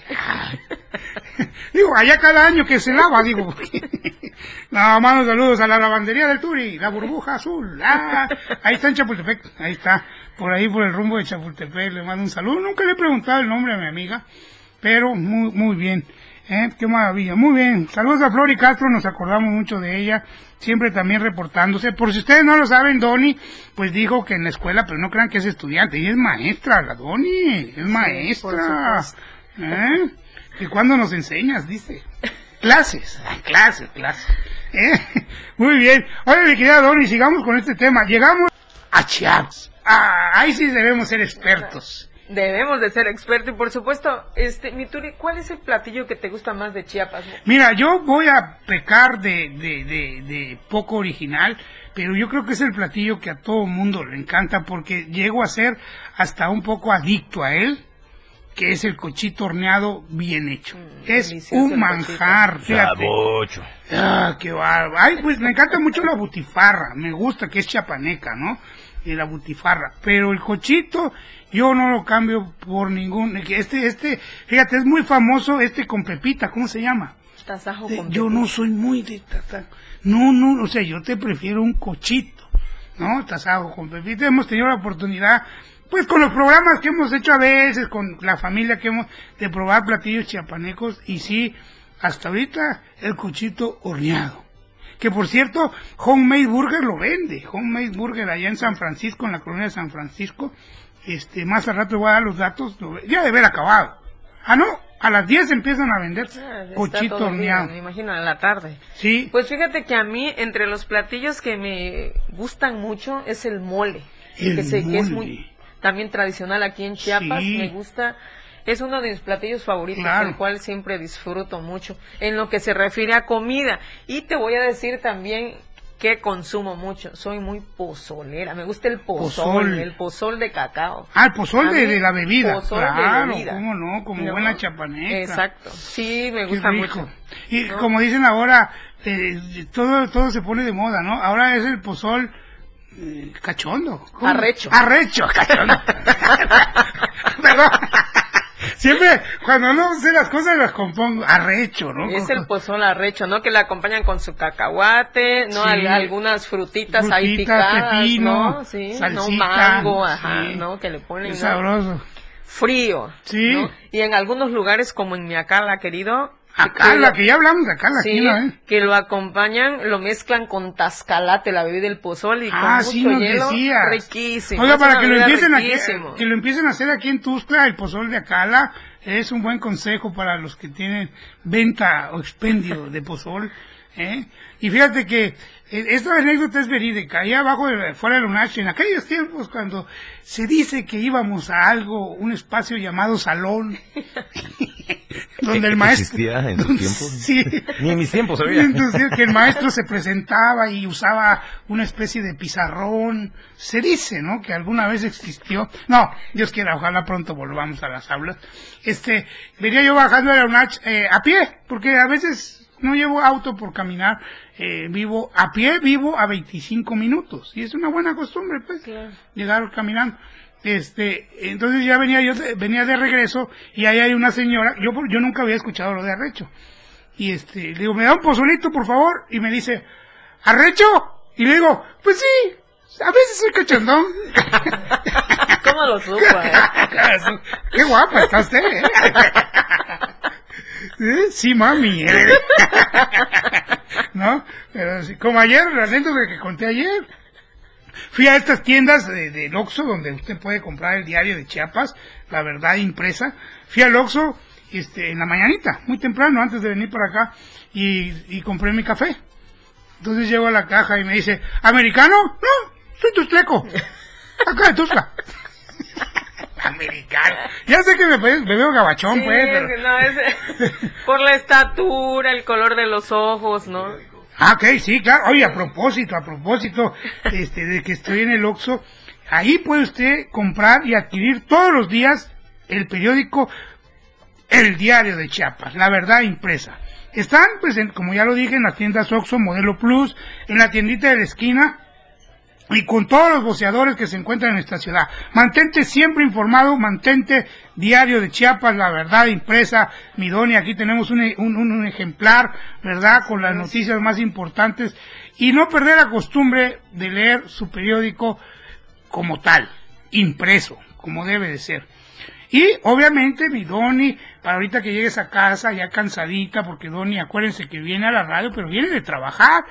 Digo, allá cada año que se lava, digo. No, manos saludos a la lavandería del Turi, la burbuja azul. Ahí está en Chapultepec, ahí está, por ahí por el rumbo de Chapultepec, le mando un saludo. Nunca le he preguntado el nombre a mi amiga, pero muy bien. Qué maravilla, muy bien. Saludos a Flori Castro, nos acordamos mucho de ella, siempre también reportándose. Por si ustedes no lo saben, Doni, pues dijo que en la escuela, pero no crean que es estudiante, ella es maestra, la Doni, es maestra. ¿Y cuándo nos enseñas? Dice. Clases. Muy bien. Oye, mi querida Doni, sigamos con este tema. Llegamos a Chiapas. Ahí sí debemos ser expertos.
Debemos de ser expertos y por supuesto, mi Turi, ¿cuál es el platillo que te gusta más de Chiapas?
Mira, yo voy a pecar de poco original, pero yo creo que es el platillo que a todo mundo le encanta porque llego a ser hasta un poco adicto a él, que es el cochito horneado bien hecho. Es un manjar, fíjate. Qué bárbaro. Ay, pues me encanta mucho la butifarra, me gusta que es chiapaneca, ¿no? Y la butifarra, pero el cochito yo no lo cambio por ningún, fíjate, es muy famoso con pepita, ¿cómo se llama?
Tasajo con pepita.
Yo no soy muy de tasajo, no, o sea, yo te prefiero un cochito, ¿no? Tasajo con pepita. Hemos tenido la oportunidad, pues con los programas que hemos hecho a veces, con la familia que hemos de probar platillos chiapanecos, y sí, hasta ahorita el cochito horneado. Que por cierto, Homemade Burger lo vende, Homemade Burger allá en San Francisco, en la colonia de San Francisco. Más al rato voy a dar los datos, ya de haber acabado. Ah, no, a las 10 empiezan a vender cochito horneado.
Me imagino, a la tarde.
Sí.
Pues fíjate que a mí, entre los platillos que me gustan mucho, es el mole. Que es muy también tradicional aquí en Chiapas, sí. Me gusta, es uno de mis platillos favoritos, claro. El cual siempre disfruto mucho, en lo que se refiere a comida. Y te voy a decir también que consumo mucho, soy muy pozolera, me gusta el pozol. El pozol de cacao.
Ah, el pozol de la bebida.
Claro, de bebida.
Cómo no, como buena chapaneca.
Exacto, sí, me gusta mucho.
Y como dicen ahora, todo se pone de moda, ¿no? Ahora es el pozol cachondo. ¿Cómo?
Arrecho,
cachondo. Perdón. Siempre, cuando no sé las cosas, las compongo arrecho, ¿no?
Es el pozol arrecho, ¿no? Que le acompañan con su cacahuate, ¿no? Sí. Algunas frutitas ahí picadas,
pepino,
¿no? Sí,
salsita,
¿no? Mango, ajá,
sí.
¿no? Que le ponen,
es sabroso.
Frío,
sí.
¿no? Y en algunos lugares, como en Miacala, querido...
Acala, que ya hablamos de Acala,
sí,
aquí, ¿no?
Que lo acompañan, lo mezclan con tascalate, la bebida del pozol, y con mucho
sí nos
hielo,
decías.
riquísimo.
Oiga, para que lo empiecen que lo empiecen a hacer aquí en Tuxtla, el pozol de Acala es un buen consejo para los que tienen venta o expendio de pozol, Y fíjate que esta anécdota es verídica. Allá abajo, fuera de la UNACH, en aquellos tiempos, cuando se dice que íbamos a un espacio llamado salón, donde el maestro...
¿Existía en tus tiempos?
Sí.
Ni en mis tiempos había.
Entonces, que el maestro se presentaba y usaba una especie de pizarrón. Se dice, ¿no?, que alguna vez existió. No, Dios quiera, ojalá pronto volvamos a las aulas. Venía yo bajando de la UNACH a pie, porque a veces... no llevo auto por caminar, vivo a 25 minutos, y es una buena costumbre, pues, claro. Llegar caminando. Entonces ya venía de regreso, y ahí hay una señora, yo nunca había escuchado lo de arrecho, y le digo, ¿me da un pozolito, por favor? Y me dice, ¿arrecho? Y le digo, pues sí, a veces soy cachondón.
¿Cómo lo supo,
Qué guapa está usted, Sí, mami, ¿no? Pero sí, como ayer, la anécdota que conté ayer, fui a estas tiendas del Oxxo, donde usted puede comprar el diario de Chiapas, La Verdad impresa. Fui al Oxxo, en la mañanita, muy temprano, antes de venir para acá, y compré mi café. Entonces llego a la caja y me dice, ¿americano? No, soy tuxtleco, acá de Tuxtla. Americano. Ya sé que me veo gabachón, sí, pues. Pero...
no, por la estatura, el color de los ojos, ¿no?
Ok, sí, claro. Oye, a propósito, de que estoy en el Oxxo, ahí puede usted comprar y adquirir todos los días el periódico El Diario de Chiapas, La Verdad impresa. Están, pues, como ya lo dije, en las tiendas Oxxo, Modelo Plus, en la tiendita de la esquina, y con todos los voceadores que se encuentran en esta ciudad. Mantente siempre informado, mantente Diario de Chiapas, La Verdad impresa. Mi Doni, aquí tenemos un ejemplar, ¿verdad?, con las noticias más importantes, y no perder la costumbre de leer su periódico como tal, impreso, como debe de ser. Y obviamente mi Doni, para ahorita que llegues a casa ya cansadita, porque Doni, acuérdense que viene a la radio, pero viene de trabajar,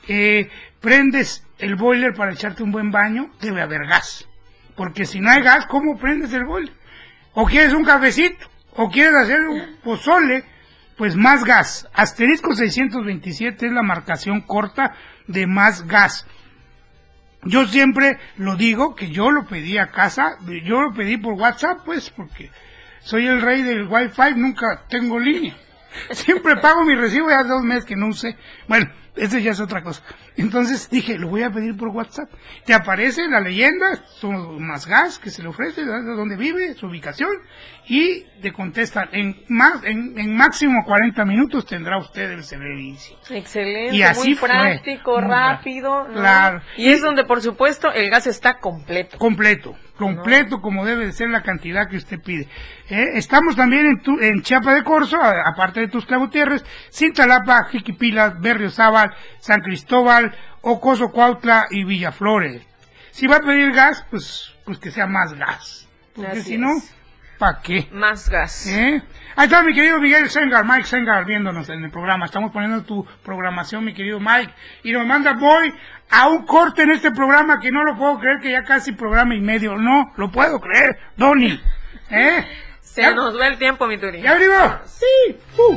prendes el boiler para echarte un buen baño, debe haber gas, porque si no hay gas, ¿cómo prendes el boiler? O quieres un cafecito, o quieres hacer un pozole, pues Más Gas, asterisco 627 es la marcación corta de Más Gas. Yo siempre lo digo, que yo lo pedí a casa, yo lo pedí por WhatsApp, pues, porque soy el rey del Wi-Fi, nunca tengo línea. Siempre pago mi recibo, ya 2 meses que no usé. Bueno, eso ya es otra cosa. Entonces dije, lo voy a pedir por WhatsApp. Te aparece la leyenda, son Más Gas que se le ofrece, de dónde vive, su ubicación, y te contestan. En máximo 40 minutos tendrá usted el servicio.
Excelente,
y así
muy práctico, muy rápido, ¿no?
Claro.
Y es donde, por supuesto, el gas está completo.
Completo, ¿no? Como debe de ser la cantidad que usted pide. Estamos también en Chiapa de Corzo, aparte de Tuxtla Gutiérrez, Cintalapa, Jiquipilas, Berriozábal, San Cristóbal, Ocoso, Cuautla y Villaflores. Si va a pedir gas, pues pues que sea más gas. Porque si no, ¿para qué?
Más gas.
Ahí está mi querido Miguel Sengar, Mike Sengar, viéndonos en el programa. Estamos poniendo tu programación, mi querido Mike. Y nos manda, voy a un corte en este programa que no lo puedo creer, que ya casi programa y medio. No, lo puedo creer, Donny.
Se nos va el tiempo, mi Turi.
¿Ya arriba? Sí.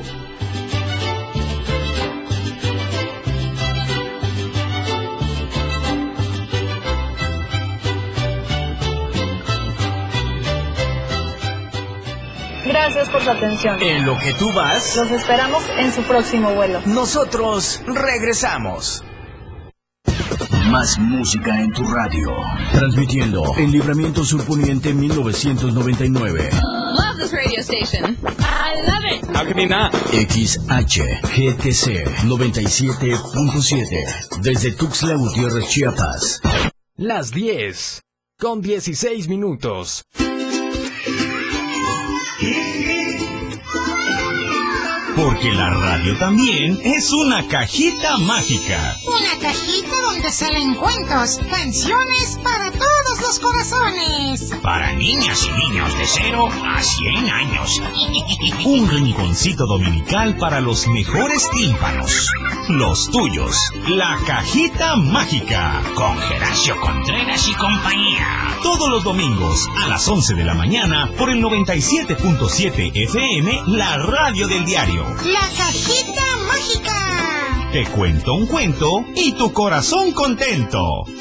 Gracias por su atención.
En lo que tú vas,
los esperamos en su próximo vuelo.
Nosotros regresamos. Más música en tu radio. Transmitiendo en Libramiento Sur Poniente 1999.
Love this radio station. I love it.
How can you not? XHGTC 97.7. Desde Tuxtla Gutiérrez, Chiapas.
Las 10 con 16 minutos.
Porque la radio también es una cajita mágica.
Una cajita donde salen cuentos, canciones para todos los corazones.
Para niñas y niños de 0 a 100 años. Un rinconcito dominical para los mejores tímpanos. Los tuyos. La cajita mágica. Con Geracio Contreras y compañía. Todos los domingos a las 11 de la mañana por el 97.7 FM, la radio del diario.
La cajita mágica.
Te cuento un cuento y tu corazón contento.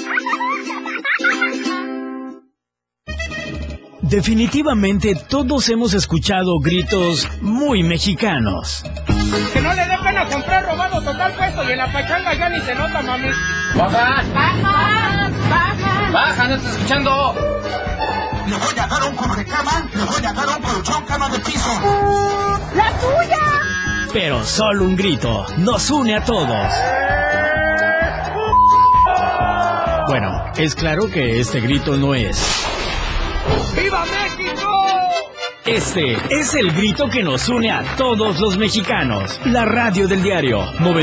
Definitivamente todos hemos escuchado gritos muy mexicanos.
Que no le dé pena comprar robado total puesto y en la pachanga ya ni se nota, mami.
¡Baja! ¡Baja! ¡Baja! ¡Baja! ¡No estoy escuchando!
Le voy a dar un cubrecama, le voy a dar un colchón, cama de piso.
¡La tuya!
Pero solo un grito nos une a todos. Bueno, es claro que este grito no es.
¡Viva México!
Este es el grito que nos une a todos los mexicanos. La radio del diario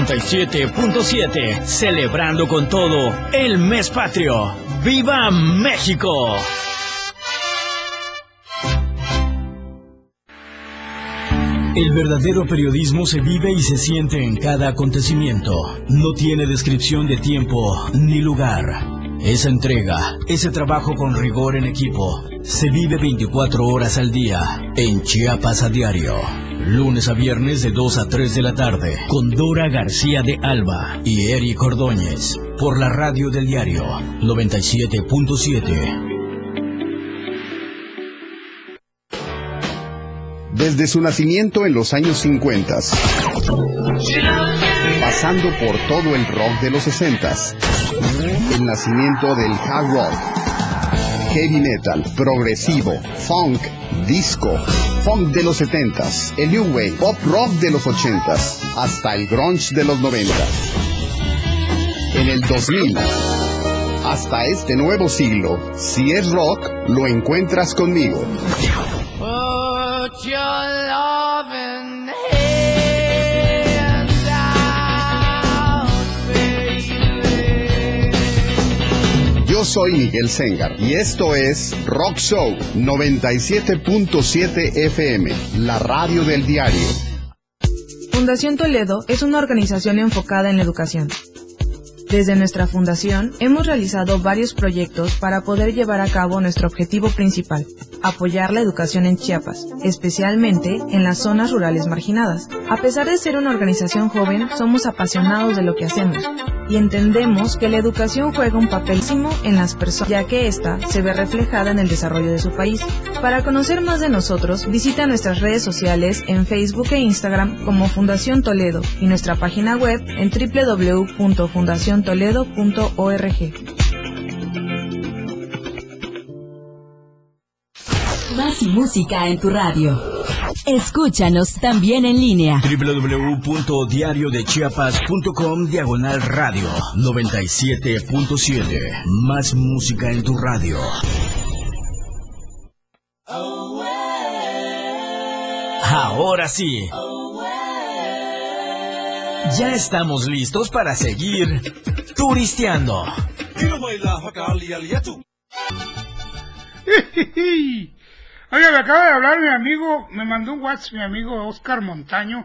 97.7, celebrando con todo el mes patrio. ¡Viva México! El verdadero periodismo se vive y se siente en cada acontecimiento. No tiene descripción de tiempo ni lugar. Esa entrega, ese trabajo con rigor en equipo, se vive 24 horas al día en Chiapas a diario. Lunes a viernes de 2 a 3 de la tarde, con Dora García de Alba y Eric Ordóñez, por la radio del diario 97.7.
Desde su nacimiento en los años 50, pasando por todo el rock de los 60, el nacimiento del hard rock, heavy metal, progresivo, funk, disco, funk de los 70, el new wave, pop rock de los 80, hasta el grunge de los 90. En el 2000, hasta este nuevo siglo, si es rock, lo encuentras conmigo.
Put your loving hand down, baby.
Yo soy Miguel Sengar y esto es Rock Show 97.7 FM, la radio del diario.
Fundación Toledo es una organización enfocada en la educación. Desde nuestra fundación hemos realizado varios proyectos para poder llevar a cabo nuestro objetivo principal, apoyar la educación en Chiapas, especialmente en las zonas rurales marginadas. A pesar de ser una organización joven, somos apasionados de lo que hacemos y entendemos que la educación juega un papelísimo en las personas, ya que ésta se ve reflejada en el desarrollo de su país. Para conocer más de nosotros, visita nuestras redes sociales en Facebook e Instagram como Fundación Toledo y nuestra página web en www.fundaciontoledo.org.
Más música en tu radio. Escúchanos también en línea.
www.diariodechiapas.com/radio 97.7. Más música en tu radio. Ahora sí. Ya estamos listos para seguir turisteando.
Oiga, me acaba de hablar mi amigo, me mandó un WhatsApp mi amigo Oscar Montaño,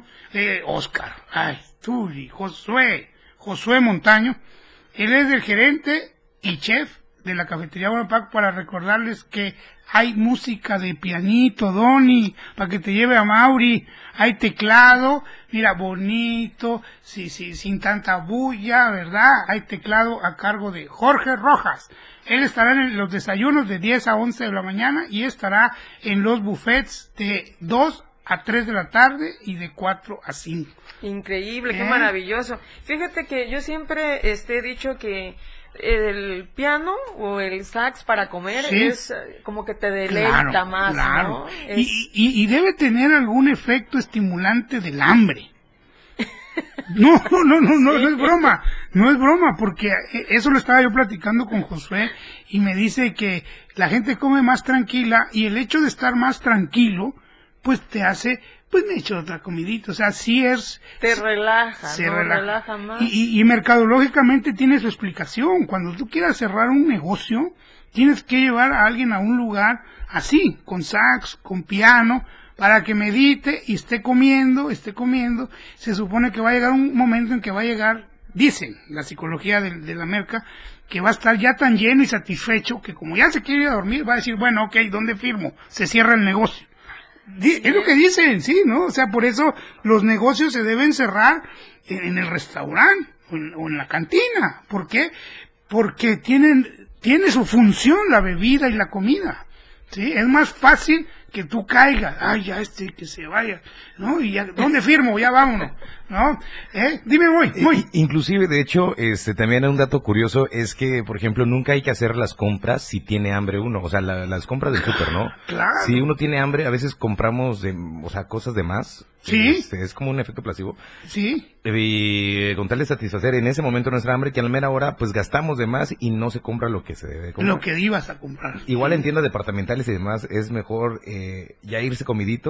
Josué Montaño. Él es el gerente y chef de la cafetería Buenapac, para recordarles que hay música de pianito, Donny, para que te lleve a Mauri. Hay teclado, mira, bonito, sin tanta bulla, ¿verdad? Hay teclado a cargo de Jorge Rojas. Él estará en los desayunos de 10 a 11 de la mañana y estará en los buffets de 2 a 3 de la tarde y de 4 a 5.
Increíble, qué maravilloso. Fíjate que yo siempre he dicho que el piano o el sax para comer es como que te deleita más, ¿no?
Y debe tener algún efecto estimulante del hambre. No es broma, porque eso lo estaba yo platicando con Josué y me dice que la gente come más tranquila y el hecho de estar más tranquilo, pues te hace, pues me echo otra comidita, o sea,
te relaja más.
Y mercadológicamente tiene su explicación. Cuando tú quieras cerrar un negocio, tienes que llevar a alguien a un lugar así, con sax, con piano, para que medite y esté comiendo. Se supone que va a llegar un momento en que va a llegar, dicen la psicología de la merca, que va a estar ya tan lleno y satisfecho que como ya se quiere ir a dormir, va a decir, bueno, ok, ¿dónde firmo? Se cierra el negocio. Es lo que dicen, sí, ¿no? O sea, por eso los negocios se deben cerrar en el restaurante o en la cantina. ¿Por qué? Porque tiene su función la bebida y la comida, ¿sí? Es más fácil que tú caigas, que se vaya, ¿no? Y ya, ¿dónde firmo? Ya vámonos, ¿no? Dime, voy.
Inclusive, de hecho, también un dato curioso es que, por ejemplo, nunca hay que hacer las compras si tiene hambre uno, o sea, las compras del súper, ¿no?
Claro.
Si uno tiene hambre, a veces compramos, cosas de más.
Sí.
Es como un efecto placebo.
Sí.
Y con tal de satisfacer en ese momento nuestra hambre, que a la mera hora, pues gastamos de más y no se compra lo que se debe comprar.
Lo que ibas a comprar.
Igual en tiendas departamentales y demás, es mejor ya irse comidito,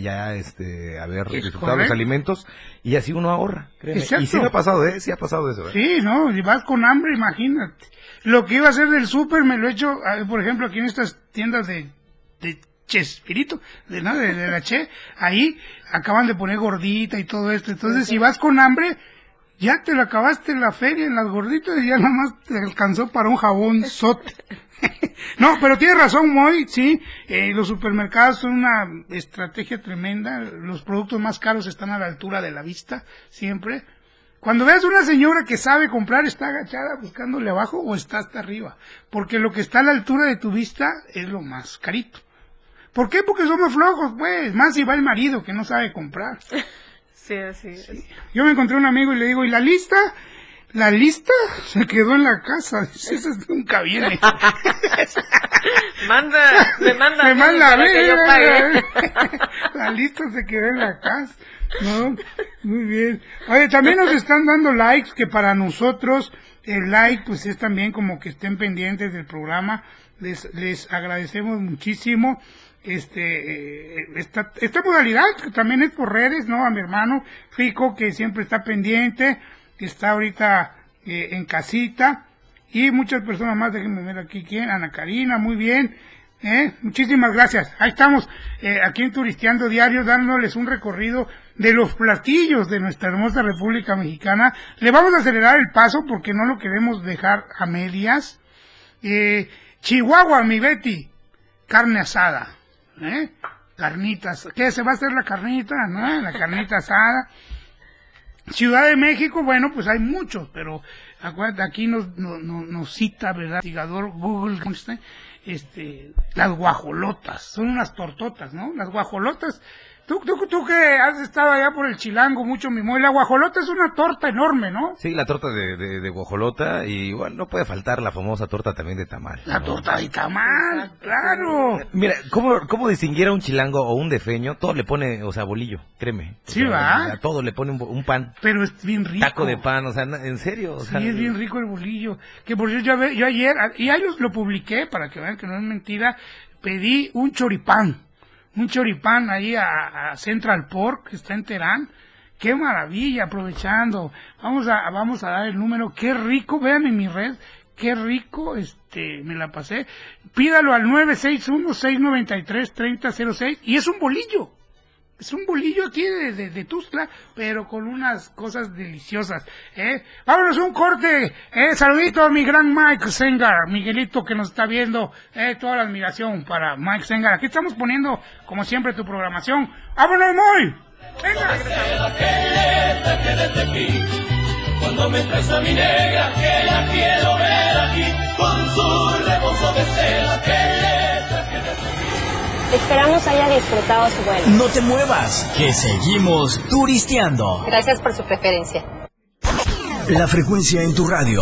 haber disfrutado los alimentos, y así uno ahorra, créeme. Y sí me ha pasado, sí ha pasado eso.
Sí, ¿no? Si vas con hambre, imagínate. Lo que iba a hacer del súper me lo he hecho, por ejemplo, aquí en estas tiendas de Chespirito, de la Che, ahí acaban de poner gordita y todo esto. Entonces, si vas con hambre, ya te lo acabaste en la feria, en las gorditas, y ya nada más te alcanzó para un jabón sote. No, pero tienes razón, Moy, sí, los supermercados son una estrategia tremenda. Los productos más caros están a la altura de la vista, siempre. Cuando veas una señora que sabe comprar, está agachada buscándole abajo o está hasta arriba, porque lo que está a la altura de tu vista es lo más carito. ¿Por qué? Porque somos flojos, pues. Más si va el marido que no sabe comprar.
Sí, así es.
Sí. Yo me encontré un amigo y le digo, ¿y la lista? La lista se quedó en la casa. Eso nunca viene.
Me manda a ver, que yo pague.
La lista se quedó en la casa. No, muy bien. Oye, también nos están dando likes, que para nosotros el like pues es también como que estén pendientes del programa. Les agradecemos muchísimo. Esta modalidad, que también es por redes, ¿no? A mi hermano Fico, que siempre está pendiente, que está ahorita en casita, y muchas personas más. Déjenme ver aquí quién. Ana Karina, muy bien, muchísimas gracias. Ahí estamos, aquí en Turisteando Diario, dándoles un recorrido de los platillos de nuestra hermosa República Mexicana. Le vamos a acelerar el paso porque no lo queremos dejar a medias. Chihuahua, mi Betty, carne asada, carnitas, ¿qué se va a hacer la carnita? ¿No? La carnita asada. Ciudad de México, bueno, pues hay muchos, pero acuérdate, aquí nos cita, ¿verdad? Investigador Google, las guajolotas, son unas tortotas, ¿no? Las guajolotas. Tú que has estado allá por el Chilango mucho, mi Moy, la guajolota es una torta enorme, ¿no?
Sí, la torta de guajolota, y bueno, no puede faltar la famosa torta también de tamal.
La torta de tamal, claro.
Mira, ¿cómo distinguir a un chilango o un defeño? Todo le pone, bolillo, créeme.
Sí, va.
A todo le pone un pan.
Pero es bien rico.
Taco de pan, en serio.
Sí, es bien rico el bolillo. Que por cierto, yo ayer, y ahí lo publiqué, para que vean que no es mentira, pedí un choripán ahí a Central Pork, que está en Terán. Qué maravilla, aprovechando. Vamos a dar el número. Qué rico, vean en mi red, qué rico, me la pasé. Pídalo al 961-693-3006 y es un bolillo. Es un bolillo aquí de Tuxtla, pero con unas cosas deliciosas, Vámonos a un corte, saludito a mi gran Mike Sengar, Miguelito que nos está viendo, toda la admiración para Mike Sengar. Aquí estamos poniendo, como siempre, tu programación. ¡Vámonos, Moy! ¡Venga!
Cuando me traes a mi negra, que la quiero ver aquí, con su rebozo de seda, que le traje desde aquí.
Esperamos haya disfrutado su vuelo.
No te muevas, que seguimos turisteando.
Gracias por su preferencia.
La frecuencia en tu radio.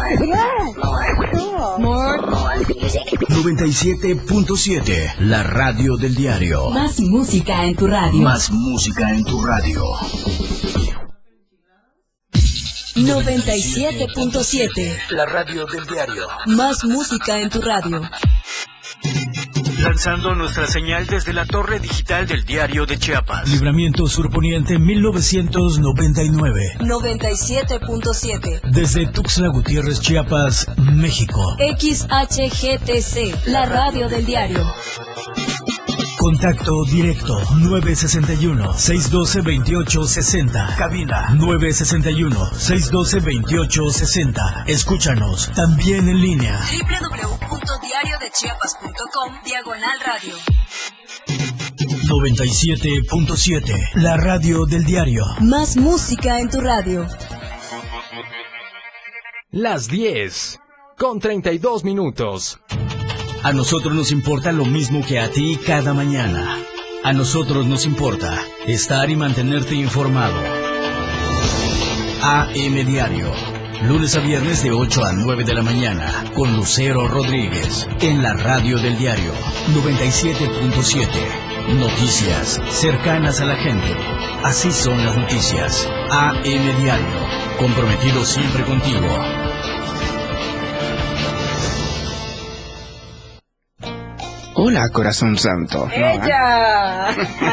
97.7, la radio del diario.
Más música en tu radio.
Más música en tu radio.
97.7,
la radio del diario.
Más música en tu radio.
Lanzando nuestra señal desde la torre digital del Diario de Chiapas. Libramiento Surponiente 1999.
97.7.
Desde Tuxtla Gutiérrez, Chiapas, México.
XHGTC, la radio del diario.
Contacto directo 961-612-2860. Cabina 961-612-2860. Escúchanos también en línea.
www.diariodechiapas.com/radio.
97.7, la radio del diario.
Más música en tu radio.
Las 10:32.
A nosotros nos importa lo mismo que a ti cada mañana. A nosotros nos importa estar y mantenerte informado. AM Diario, lunes a viernes de 8 a 9 de la mañana, con Lucero Rodríguez, en la radio del diario 97.7. Noticias cercanas a la gente. Así son las noticias. AM Diario, comprometido siempre contigo.
Hola, corazón santo.
¡Ella!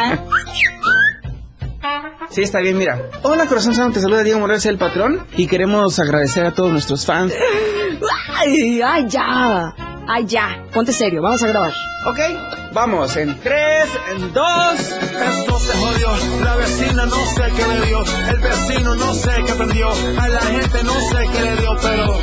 Sí, está bien, mira. Hola, corazón santo, te saluda Diego Morales, el patrón, y queremos agradecer a todos nuestros fans.
¡Ay, ya! ¡Ay, ya! Ponte serio, vamos a grabar.
Ok, vamos, en 3, en 2...
Esto se jodió, la vecina no sé qué le dio, el vecino no sé qué prendió, a la gente no sé qué le dio, pero...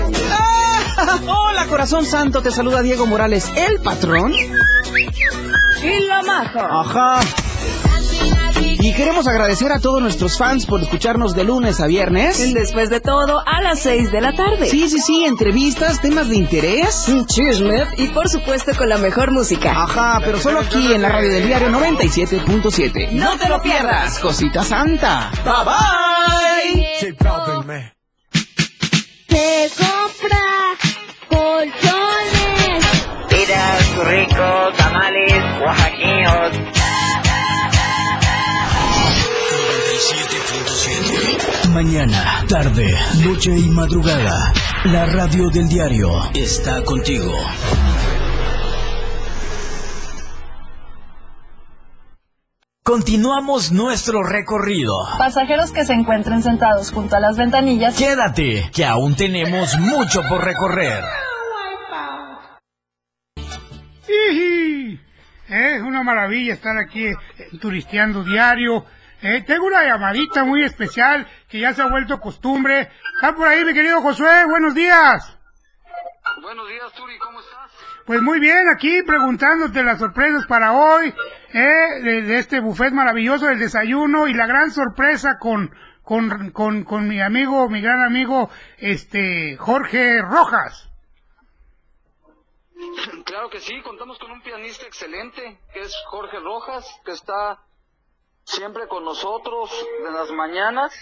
Hola, corazón santo, te saluda Diego Morales, el patrón.
¡Y la maja!
Ajá. Y queremos agradecer a todos nuestros fans por escucharnos de lunes a viernes.
Después de todo, a las 6 de la tarde.
Sí, entrevistas, temas de interés,
chisme y por supuesto con la mejor música.
Ajá, pero solo aquí en la radio del diario 97.7.
¡No te lo pierdas!
Cosita santa.
Bye bye.
Se compra colchones,
tiras, ricos, tamales, oaxaqueños.
97.7. Mañana, tarde, noche y madrugada. La radio del diario está contigo. Continuamos nuestro recorrido.
Pasajeros que se encuentren sentados junto a las ventanillas,
quédate, que aún tenemos mucho por recorrer.
Es una maravilla estar aquí turisteando diario. Tengo una llamadita muy especial que ya se ha vuelto costumbre. ¿Está por ahí mi querido Josué? Buenos días.
Buenos días, Turi, ¿cómo estás?
Pues muy bien, aquí preguntándote las sorpresas para hoy, de este buffet maravilloso del desayuno y la gran sorpresa con mi amigo, mi gran amigo, Jorge Rojas.
Claro que sí, contamos con un pianista excelente, que es Jorge Rojas, que está siempre con nosotros en las mañanas,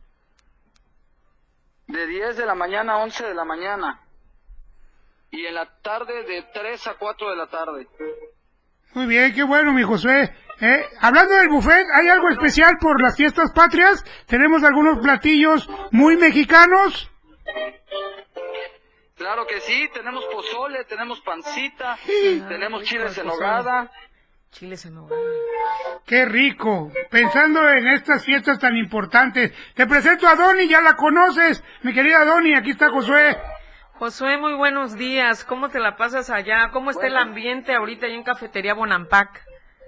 de 10 de la mañana a 11 de la mañana, y en la tarde de 3 a 4 de la tarde.
Muy bien, qué bueno, mi Josué. Hablando del buffet, ¿hay algo especial por las fiestas patrias? ¿Tenemos algunos platillos muy mexicanos?
Claro que sí, tenemos pozole, tenemos pancita, tenemos chiles en nogada.
Chiles en nogada.
¡Qué rico! Pensando en estas fiestas tan importantes, te presento a Doni, ya la conoces. Mi querida Doni, aquí está Josué.
Josué, muy buenos días. ¿Cómo te la pasas allá? ¿Cómo está el ambiente ahorita ahí en Cafetería Bonampak?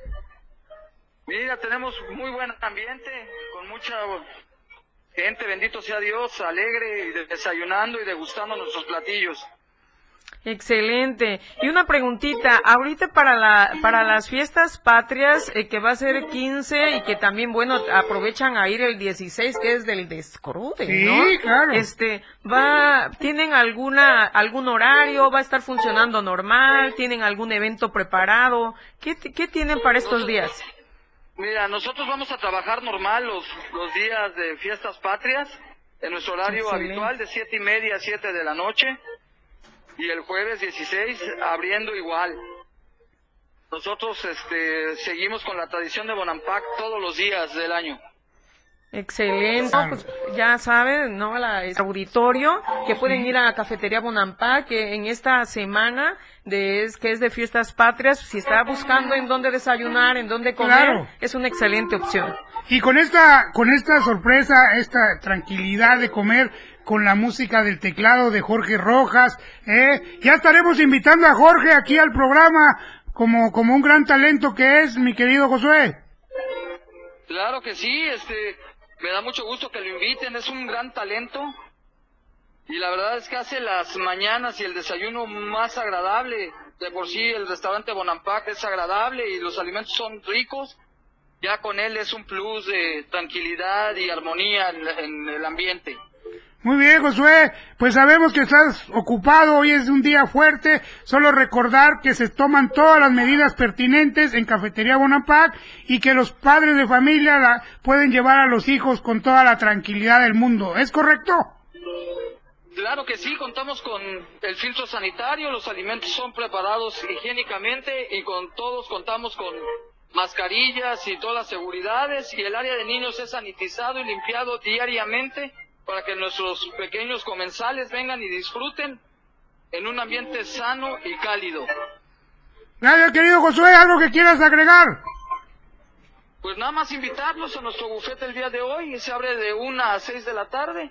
Mira, tenemos muy buen ambiente, con mucha gente, bendito sea Dios, alegre, y desayunando y degustando nuestros platillos.
Excelente. Y una preguntita, ahorita para las fiestas patrias, que va a ser 15 y que también, bueno, aprovechan a ir el 16, que es del descrude, ¿no?
Sí, claro.
¿Tienen algún horario? ¿Va a estar funcionando normal? ¿Tienen algún evento preparado? ¿Qué tienen para estos días?
Mira, nosotros vamos a trabajar normal los días de fiestas patrias, en nuestro horario habitual de 7:30 a 7 de la noche. Y el jueves 16 abriendo igual. Nosotros seguimos con la tradición de Bonampak todos los días del año.
Excelente. No, pues, ya saben, ¿no? El auditorio, que pueden ir a la Cafetería Bonampak, que en esta semana que es de fiestas patrias, si está buscando en dónde desayunar, en dónde comer, claro, es una excelente opción.
Y con esta sorpresa, esta tranquilidad de comer con la música del teclado de Jorge Rojas, ya estaremos invitando a Jorge aquí al programa como un gran talento que es, mi querido Josué.
Claro que sí, me da mucho gusto que lo inviten, es un gran talento y la verdad es que hace las mañanas y el desayuno más agradable. De por sí el restaurante Bonampak es agradable y los alimentos son ricos, ya con él es un plus de tranquilidad y armonía en el ambiente.
Muy bien, Josué, pues sabemos que estás ocupado, hoy es un día fuerte, solo recordar que se toman todas las medidas pertinentes en Cafetería Bonampak y que los padres de familia pueden llevar a los hijos con toda la tranquilidad del mundo, ¿es correcto?
Claro que sí, contamos con el filtro sanitario, los alimentos son preparados higiénicamente y con todos contamos con mascarillas y todas las seguridades, y el área de niños es sanitizado y limpiado diariamente para que nuestros pequeños comensales vengan y disfruten en un ambiente sano y cálido.
Gracias, querido Josué, ¿algo que quieras agregar?
Pues nada más invitarlos a nuestro bufete el día de hoy, se abre de 1 a 6 de la tarde.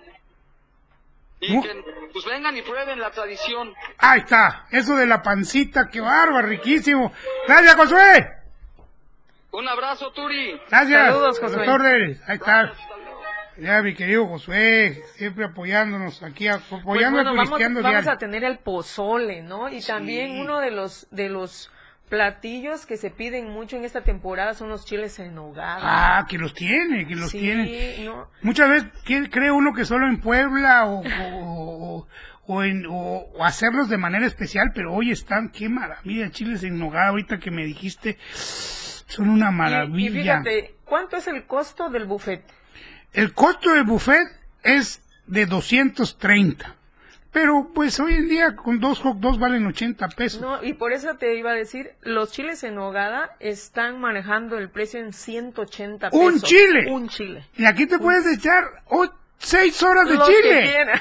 Y que pues vengan y prueben la tradición.
Ahí está, eso de la pancita, qué bárbaro, riquísimo. Gracias, Josué.
Un abrazo, Turi.
Gracias.
Saludos, Josué.
Ahí está. Ya, mi querido Josué, siempre apoyándonos aquí, apoyando
pues bueno, vamos a tener el pozole, ¿no? Y también uno de los platillos que se piden mucho en esta temporada son los chiles en nogada.
Ah, que los tiene.
¿No?
Muchas veces cree uno que solo en Puebla o hacerlos de manera especial, pero hoy están, qué maravilla, chiles en nogada, ahorita que me dijiste, son una maravilla.
Y fíjate, ¿cuánto es el costo del buffet?
El costo del buffet es de 230, pero pues hoy en día con 2 hot dogs valen 80 pesos.
No, y por eso te iba a decir, los chiles en nogada están manejando el precio en 1180 pesos.
¡Un chile!
Un chile.
Y aquí te puedes echar 6 horas de
lo
chile.
Que quieras.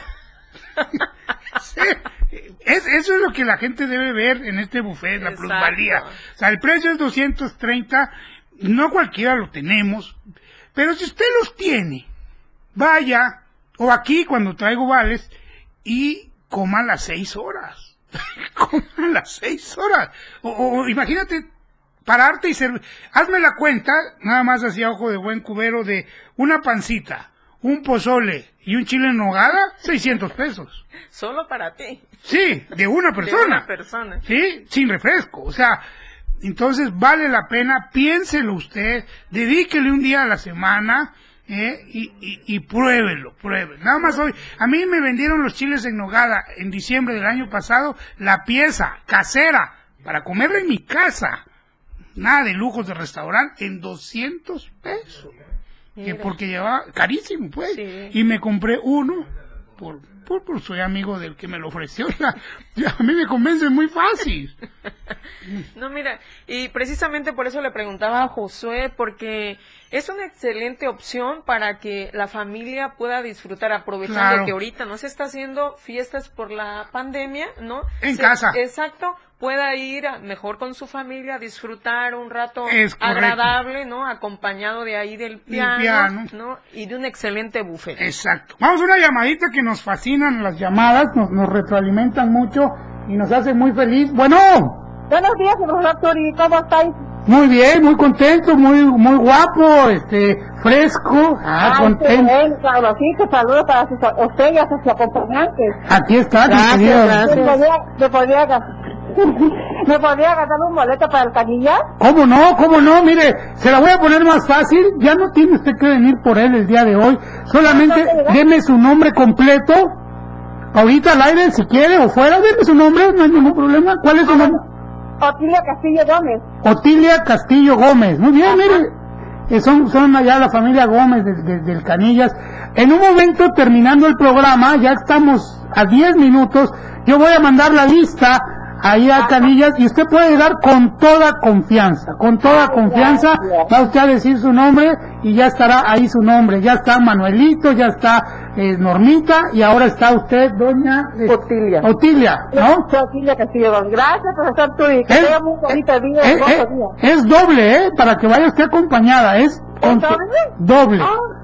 Sí, eso es lo que la gente debe ver en este buffet, la plusvalía. O sea, el precio es 230, no cualquiera lo tenemos. Pero si usted los tiene, vaya, o aquí cuando traigo vales, y coma las 6 horas. Coma las 6 horas. O imagínate pararte y servir. Hazme la cuenta, nada más así a ojo de buen cubero, de una pancita, un pozole y un chile en nogada, 600 pesos.
Solo para ti.
Sí, de una persona.
De una persona.
Sí, sin refresco, o sea... Entonces vale la pena, piénselo usted, dedíquele un día a la semana y pruébelo. Nada más hoy, a mí me vendieron los chiles en nogada en diciembre del año pasado, la pieza casera, para comerla en mi casa, nada de lujos de restaurante, en 200 pesos, porque llevaba carísimo pues, sí. Y me compré uno por soy amigo del que me lo ofreció, a mí me convence muy fácil.
No, mira, y precisamente por eso le preguntaba a Josué, porque es una excelente opción para que la familia pueda disfrutar, aprovechando que ahorita no se está haciendo fiestas por la pandemia, ¿no?
En casa.
Exacto, pueda ir mejor con su familia, disfrutar un rato agradable, ¿no? Acompañado de ahí del piano, ¿no? Y de un excelente buffet.
Exacto. Vamos a una llamadita que nos fascinan las llamadas, nos retroalimentan mucho y nos hacen muy feliz. Bueno.
Buenos días, profesor Turi, ¿cómo estáis?
Muy bien, muy contento, muy guapo, fresco, contento.
Saludos saludos para usted y a sus acompañantes.
Aquí está,
gracias. ¿Me podría ganar un boleto para el Canillas?
¿Cómo no? Mire, se la voy a poner más fácil, ya no tiene usted que venir por él el día de hoy, solamente deme su nombre completo, ahorita al aire si quiere o fuera, deme su nombre, no hay ningún problema. ¿Cuál es su nombre?
Otilia Castillo Gómez.
Otilia Castillo Gómez, muy bien, mire, son allá la familia Gómez del Canillas. En un momento, terminando el programa, ya estamos a 10 minutos, yo voy a mandar la lista ahí a Canillas y usted puede llegar con toda confianza, va usted a decir su nombre y ya estará ahí su nombre, ya está Manuelito, ya está Normita y ahora está usted, doña Otilia, ¿no?
Otilia Castillo. Gracias, profesor Turi, que tenga muy bonito día,
es doble, para que vaya usted acompañada, es doble,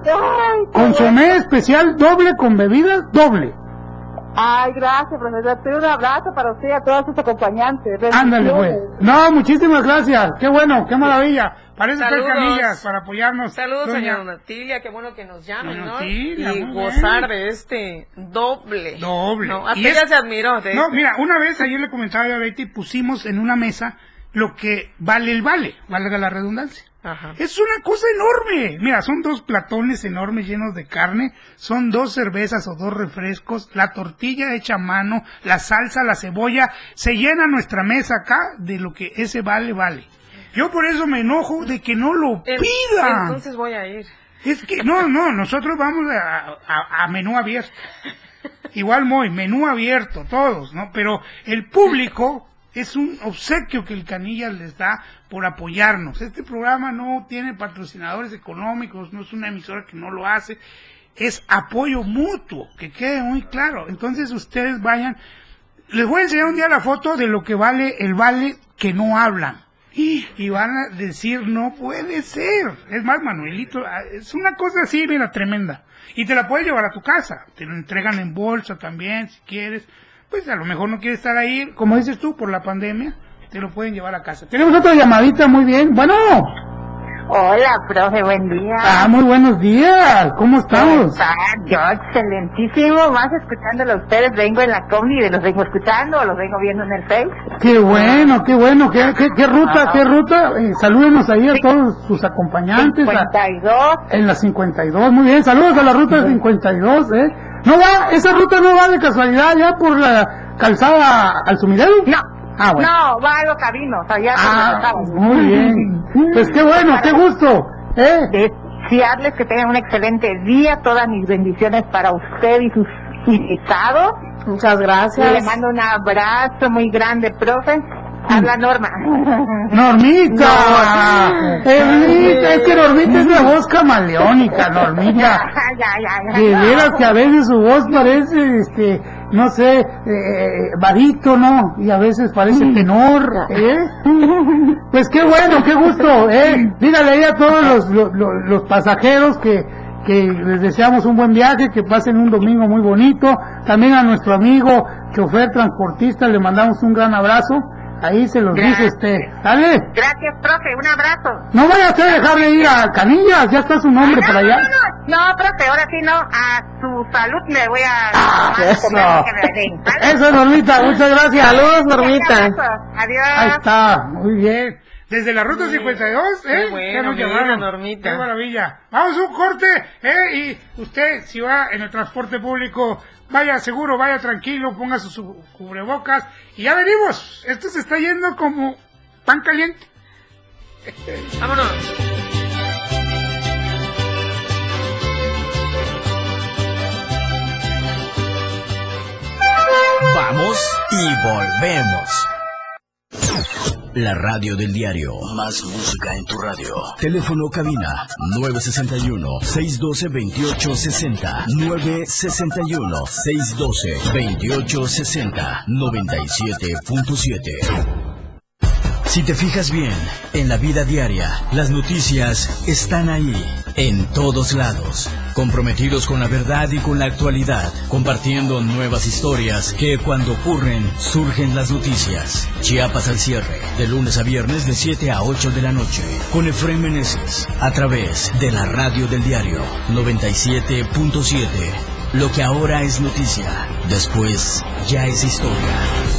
consomé especial doble con bebidas doble.
Ay, gracias, profesor. Un abrazo para usted y a todos sus acompañantes.
Ándale, pues. No, muchísimas gracias. Qué bueno, qué maravilla. Parece que hay Canillas para apoyarnos.
Saludos, doña Otilia. Qué bueno que nos llamen, ¿no? Otilia, y gozar de este doble.
No,
hasta ella se admiró.
No, mira, una vez ayer le comentaba a Betty, pusimos en una mesa lo que vale el vale, valga la redundancia.
Ajá.
Es una cosa enorme. Mira, son 2 platones enormes llenos de carne, son 2 cervezas o 2 refrescos, la tortilla hecha a mano, la salsa, la cebolla, se llena nuestra mesa acá de lo que ese vale. Yo por eso me enojo de que no lo pidan.
Entonces voy a ir.
Es que no, nosotros vamos a menú abierto. Igual menú abierto todos, ¿no? Pero el público es un obsequio que el Canillas les da por apoyarnos. Este programa no tiene patrocinadores económicos, no es una emisora que no lo hace, es apoyo mutuo, que quede muy claro. Entonces ustedes vayan, les voy a enseñar un día la foto de lo que vale el vale que no hablan. Y van a decir, no puede ser. Es más, Manuelito, es una cosa así, mira, tremenda. Y te la puedes llevar a tu casa, te lo entregan en bolsa también, si quieres. Pues a lo mejor no quiere estar ahí, como dices tú, por la pandemia, te lo pueden llevar a casa. Tenemos otra llamadita, muy bien. Bueno.
Hola, profe, buen día.
Muy buenos días. ¿Cómo estamos?
Yo, excelentísimo. Más escuchándolo a ustedes, vengo en la combi y los vengo escuchando o los vengo viendo en el Face.
Qué bueno. ¿Qué ruta? Salúdenos ahí a todos sus acompañantes.
52.
En la 52, muy bien. Saludos a la ruta 52, No va, esa ruta no va de casualidad ya por la calzada al Sumidero.
No, bueno. No, va a los caminos, allá.
Muy bien. Pues qué bueno, qué gusto.
Desearles que tengan un excelente día, todas mis bendiciones para usted y sus invitados.
Muchas gracias.
Le mando un abrazo muy grande, profe. Habla Norma.
¡Normita! Es que Normita es de voz camaleónica, Normita. De veras que a veces su voz parece, no sé, barítono, y a veces parece tenor, Pues qué bueno, qué gusto, Dígale ahí a todos los pasajeros que les deseamos un buen viaje, que pasen un domingo muy bonito. También a nuestro amigo chofer transportista le mandamos un gran abrazo. Ahí se los dice usted. ¿Sale?
Gracias, profe. Un abrazo.
No vaya a usted dejar de ir a Canillas. Ya está su nombre por allá.
No, profe. Ahora sí no. A su salud le voy
a... Eso, Normita. Muchas gracias.
Saludos, Normita.
Adiós.
Ahí está. Muy bien. Desde la ruta 52,
Qué bueno, Normita.
Qué maravilla. Vamos a un corte, Y usted, si va en el transporte público, vaya seguro, vaya tranquilo, ponga sus cubrebocas y ya venimos. Esto se está yendo como pan caliente.
Vámonos.
Vamos y volvemos. La radio del diario. Más música en tu radio. Teléfono cabina 961-612-2860. 961-612-2860. 97.7. Si te fijas bien, en la vida diaria, las noticias están ahí, en todos lados, comprometidos con la verdad y con la actualidad, compartiendo nuevas historias que cuando ocurren, surgen las noticias. Chiapas al cierre, de lunes a viernes de 7 a 8 de la noche, con Efraín Meneses, a través de la radio del diario 97.7. Lo que ahora es noticia, después ya es historia.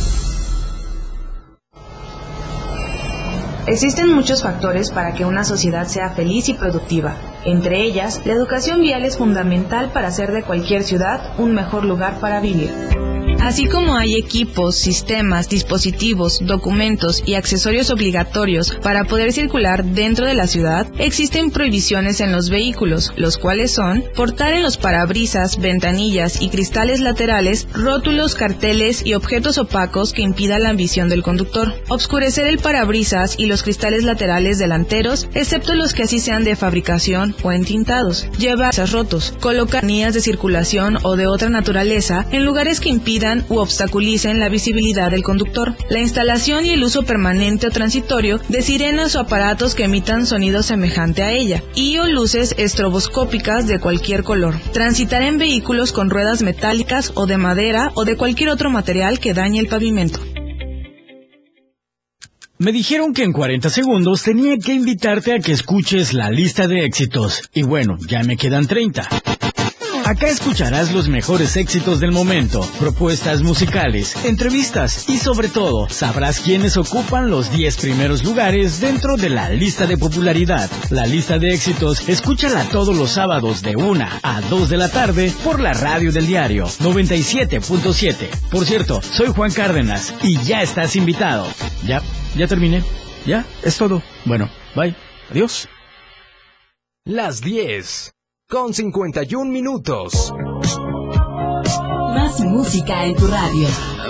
Existen muchos factores para que una sociedad sea feliz y productiva. Entre ellas, la educación vial es fundamental para hacer de cualquier ciudad un mejor lugar para vivir. Así como hay equipos, sistemas, dispositivos, documentos y accesorios obligatorios para poder circular dentro de la ciudad, existen prohibiciones en los vehículos, los cuales son portar en los parabrisas, ventanillas y cristales laterales rótulos, carteles y objetos opacos que impidan la visión del conductor, obscurecer el parabrisas y los cristales laterales delanteros, excepto los que así sean de fabricación o entintados, llevar rotos, colocar líneas de circulación o de otra naturaleza en lugares que impidan u obstaculicen la visibilidad del conductor, la instalación y el uso permanente o transitorio de sirenas o aparatos que emitan sonido semejante a ella, y o luces estroboscópicas de cualquier color, transitar en vehículos con ruedas metálicas o de madera o de cualquier otro material que dañe el pavimento.
Me dijeron que en 40 segundos tenía que invitarte a que escuches la lista de éxitos, y bueno, ya me quedan 30. Acá escucharás los mejores éxitos del momento, propuestas musicales, entrevistas y sobre todo, sabrás quiénes ocupan los 10 primeros lugares dentro de la lista de popularidad. La lista de éxitos, escúchala todos los sábados de 1 a 2 de la tarde por la radio del diario 97.7. Por cierto, soy Juan Cárdenas y ya estás invitado. Ya terminé. Ya, es todo. Bueno, bye. Adiós.
Las 10. Con 51 minutos.
Más música en tu radio.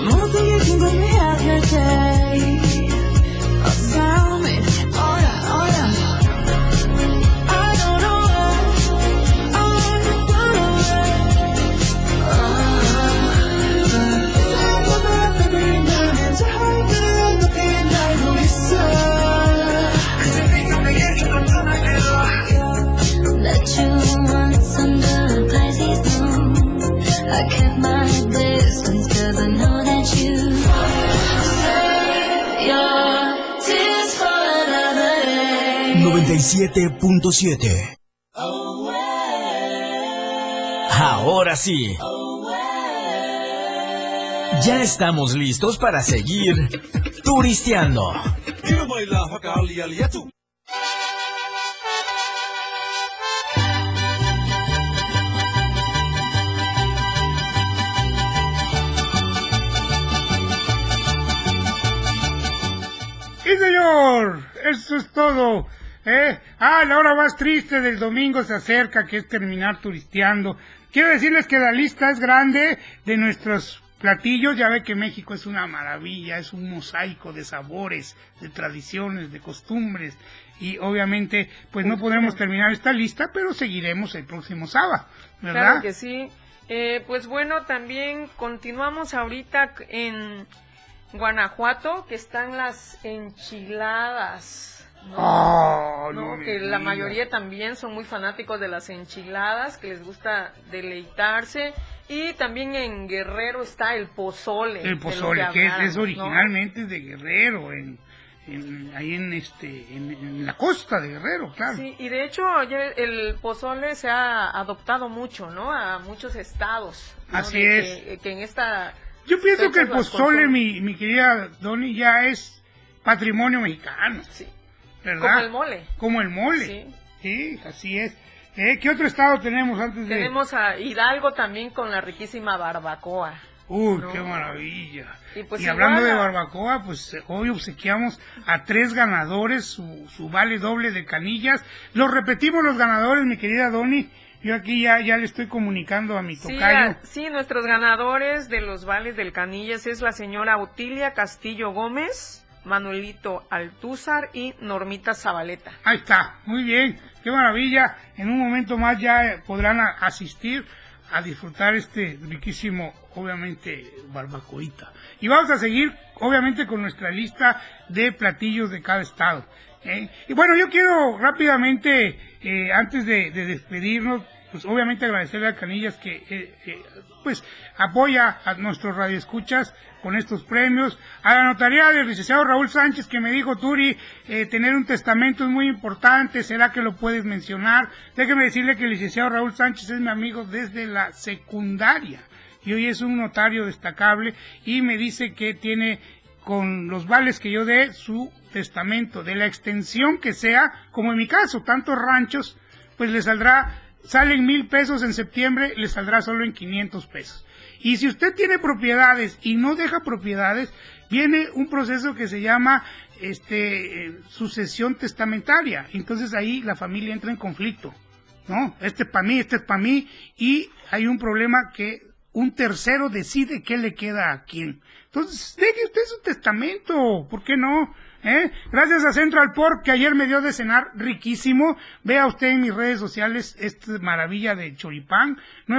I kept my distance 'cause I know that you save your tears for another day.
97.7. Ahora sí. Ya estamos listos para seguir turisteando.
Sí, señor, eso es todo. La hora más triste del domingo se acerca, que es terminar turisteando. Quiero decirles que la lista es grande de nuestros platillos. Ya ve que México es una maravilla, es un mosaico de sabores, de tradiciones, de costumbres. Y obviamente, pues no podemos terminar esta lista, pero seguiremos el próximo sábado, ¿verdad?
Claro que sí. Pues bueno, también continuamos ahorita en Guanajuato, que están las enchiladas, ¿no? Que la mayoría también son muy fanáticos de las enchiladas, que les gusta deleitarse. Y también en Guerrero está el pozole.
El pozole, que es originalmente, ¿no?, de Guerrero, ahí en la costa de Guerrero, claro.
Sí, y de hecho el pozole se ha adoptado mucho, ¿no?, a muchos estados, ¿no?
Así es.
Que en esta...
Yo pienso que el pozole, mi querida Doni, ya es patrimonio mexicano.
Sí.
¿Verdad?
Como el mole.
Como el mole. Sí, así es. ¿Qué otro estado tenemos antes de...?
Tenemos a Hidalgo también con la riquísima barbacoa.
Uy, ¿no? ¡Qué maravilla!
Pues
y hablando de barbacoa, pues hoy obsequiamos a 3 ganadores su vale doble de canillas. Los repetimos los ganadores, mi querida Doni. Yo aquí ya le estoy comunicando a mi tocayo.
Sí, nuestros ganadores de los vales del Canillas es la señora Otilia Castillo Gómez, Manuelito Altúzar y Normita Zabaleta.
Ahí está, muy bien, qué maravilla. En un momento más ya podrán asistir a disfrutar este riquísimo, obviamente, barbacoita. Y vamos a seguir, obviamente, con nuestra lista de platillos de cada estado. Y bueno, yo quiero rápidamente, antes de despedirnos, pues obviamente agradecerle a Canillas que pues apoya a nuestros radioescuchas con estos premios, a la notaría del licenciado Raúl Sánchez, que me dijo, Turi, tener un testamento es muy importante, ¿será que lo puedes mencionar? Déjeme decirle que el licenciado Raúl Sánchez es mi amigo desde la secundaria, y hoy es un notario destacable, y me dice que tiene, con los vales que yo dé, su testamento, de la extensión que sea, como en mi caso, tantos ranchos, pues le salen 1,000 pesos en septiembre, le saldrá solo en 500 pesos. Y si usted tiene propiedades y no deja propiedades, viene un proceso que se llama sucesión testamentaria. Entonces ahí la familia entra en conflicto, ¿no? Este es para mí, y hay un problema que un tercero decide qué le queda a quién. Entonces, deje usted su testamento, ¿por qué no? Gracias a Central Pork, que ayer me dio de cenar riquísimo. Vea usted en mis redes sociales esta maravilla de choripán,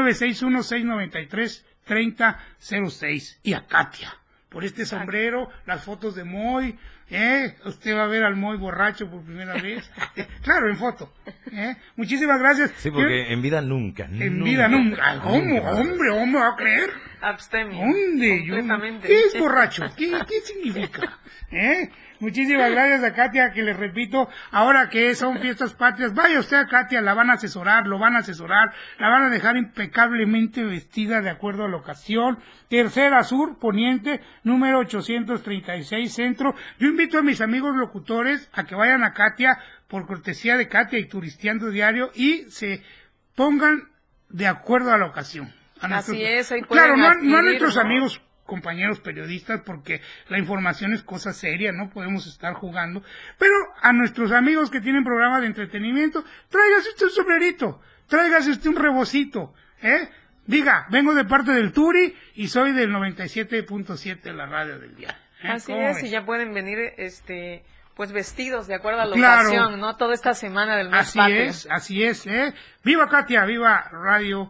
961-693-3006. Y a Katia, por este sombrero, las fotos de Moy, usted va a ver al Moy borracho por primera vez. Claro, en foto. Muchísimas gracias.
Sí, porque en vida nunca.
En vida nunca. ¿Cómo? Hombre, ¿cómo va a creer?
Abstemio.
¿Dónde? ¿Qué es borracho? ¿Qué significa? Muchísimas gracias a Katia, que les repito, ahora que son fiestas patrias, vaya usted a Katia, la van a asesorar, la van a dejar impecablemente vestida de acuerdo a la ocasión. Tercera Sur, Poniente, número 836 Centro. Yo invito a mis amigos locutores a que vayan a Katia, por cortesía de Katia y Turisteando Diario, y se pongan de acuerdo a la ocasión.
Así es, ahí pueden
claro, no a nuestros amigos compañeros periodistas, porque la información es cosa seria, no podemos estar jugando, pero a nuestros amigos que tienen programas de entretenimiento, tráigase usted un sombrerito, tráigase usted un rebocito, diga, vengo de parte del Turi y soy del 97.7 de la radio del día.
Así es, y ya pueden venir pues vestidos de acuerdo a la ocasión, ¿no? Toda esta semana del mes patrio.
Así es, viva Katia, viva Radio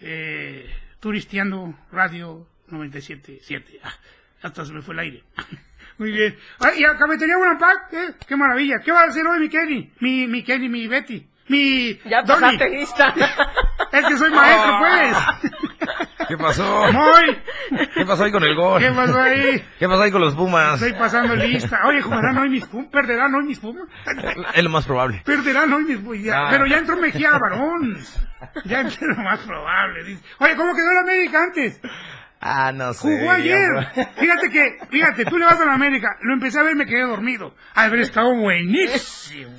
Turisteando Radio 97.7. Hasta se me fue el aire. Muy bien. Y a Cafetería Buenapac, qué maravilla. ¿Qué va a hacer hoy mi Kenny? Mi Betty.
Ya pasaste lista.
Es que soy maestro, pues.
¿Qué pasó?
Moy.
¿Qué pasó ahí con el gol?
¿Qué pasó ahí?
¿Qué pasó ahí con los Pumas?
Estoy pasando lista. Oye, ¿jugarán hoy mis Pumas? ¿Perderán hoy mis Pumas?
Es lo más probable.
Perderán hoy mis Pumas. Pero ya entró Mejía Barón. Ya es lo más probable. Dice. Oye, ¿cómo quedó la América antes?
No sé.
Jugó ayer. Fíjate, tú le vas a la América. Lo empecé a ver, me quedé dormido. Haber estado buenísimo.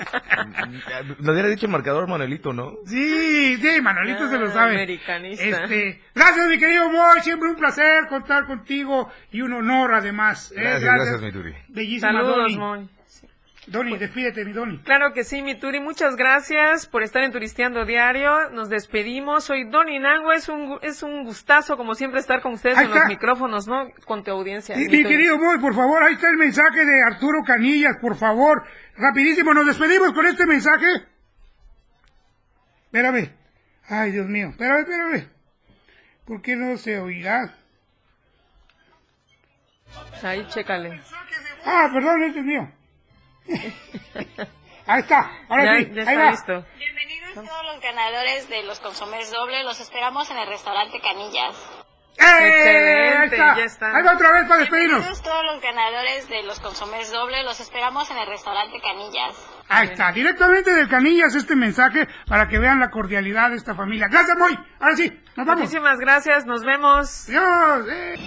Nos hubiera dicho el marcador Manuelito, ¿no?
Sí, Manuelito se lo sabe.
Americanista.
Gracias, mi querido Moy. Siempre un placer contar contigo y un honor, además.
Gracias, mi Turi.
Bellísima.
Saludos, Moy.
Doni, despídete, mi Doni.
Claro que sí, mi Turi, muchas gracias por estar en Turisteando Diario. Nos despedimos. Soy Doni Nango, es un gustazo, como siempre, estar con ustedes en los micrófonos, ¿no? Con tu audiencia.
Mi querido Boy, por favor, ahí está el mensaje de Arturo Canillas, por favor. Rapidísimo, nos despedimos con este mensaje. Espérame. Ay, Dios mío, espérame. ¿Por qué no se oirá?
Ahí, chécale.
Perdón, este es mío. Ahí está, ahora sí,
ya
ahí
está
va.
Listo.
Bienvenidos todos los ganadores de los consomés doble, los esperamos en el restaurante Canillas.
Excelente,
ya está. Ahí va otra vez para despedirnos.
Bienvenidos todos los ganadores de los consomés doble, los esperamos en el restaurante Canillas.
Ahí está, directamente del Canillas este mensaje para que vean la cordialidad de esta familia. Gracias, Moy. Ahora sí, nos vamos.
Muchísimas gracias, nos vemos.
Adiós.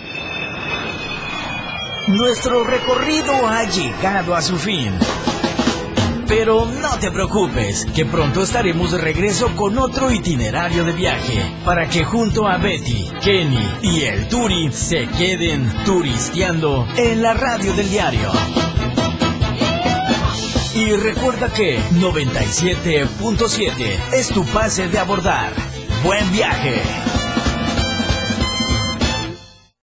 Nuestro recorrido ha llegado a su fin. Pero no te preocupes, que pronto estaremos de regreso con otro itinerario de viaje, para que junto a Betty, Kenny y el Turi se queden turisteando en la radio del diario. Y recuerda que 97.7 es tu pase de abordar. ¡Buen viaje!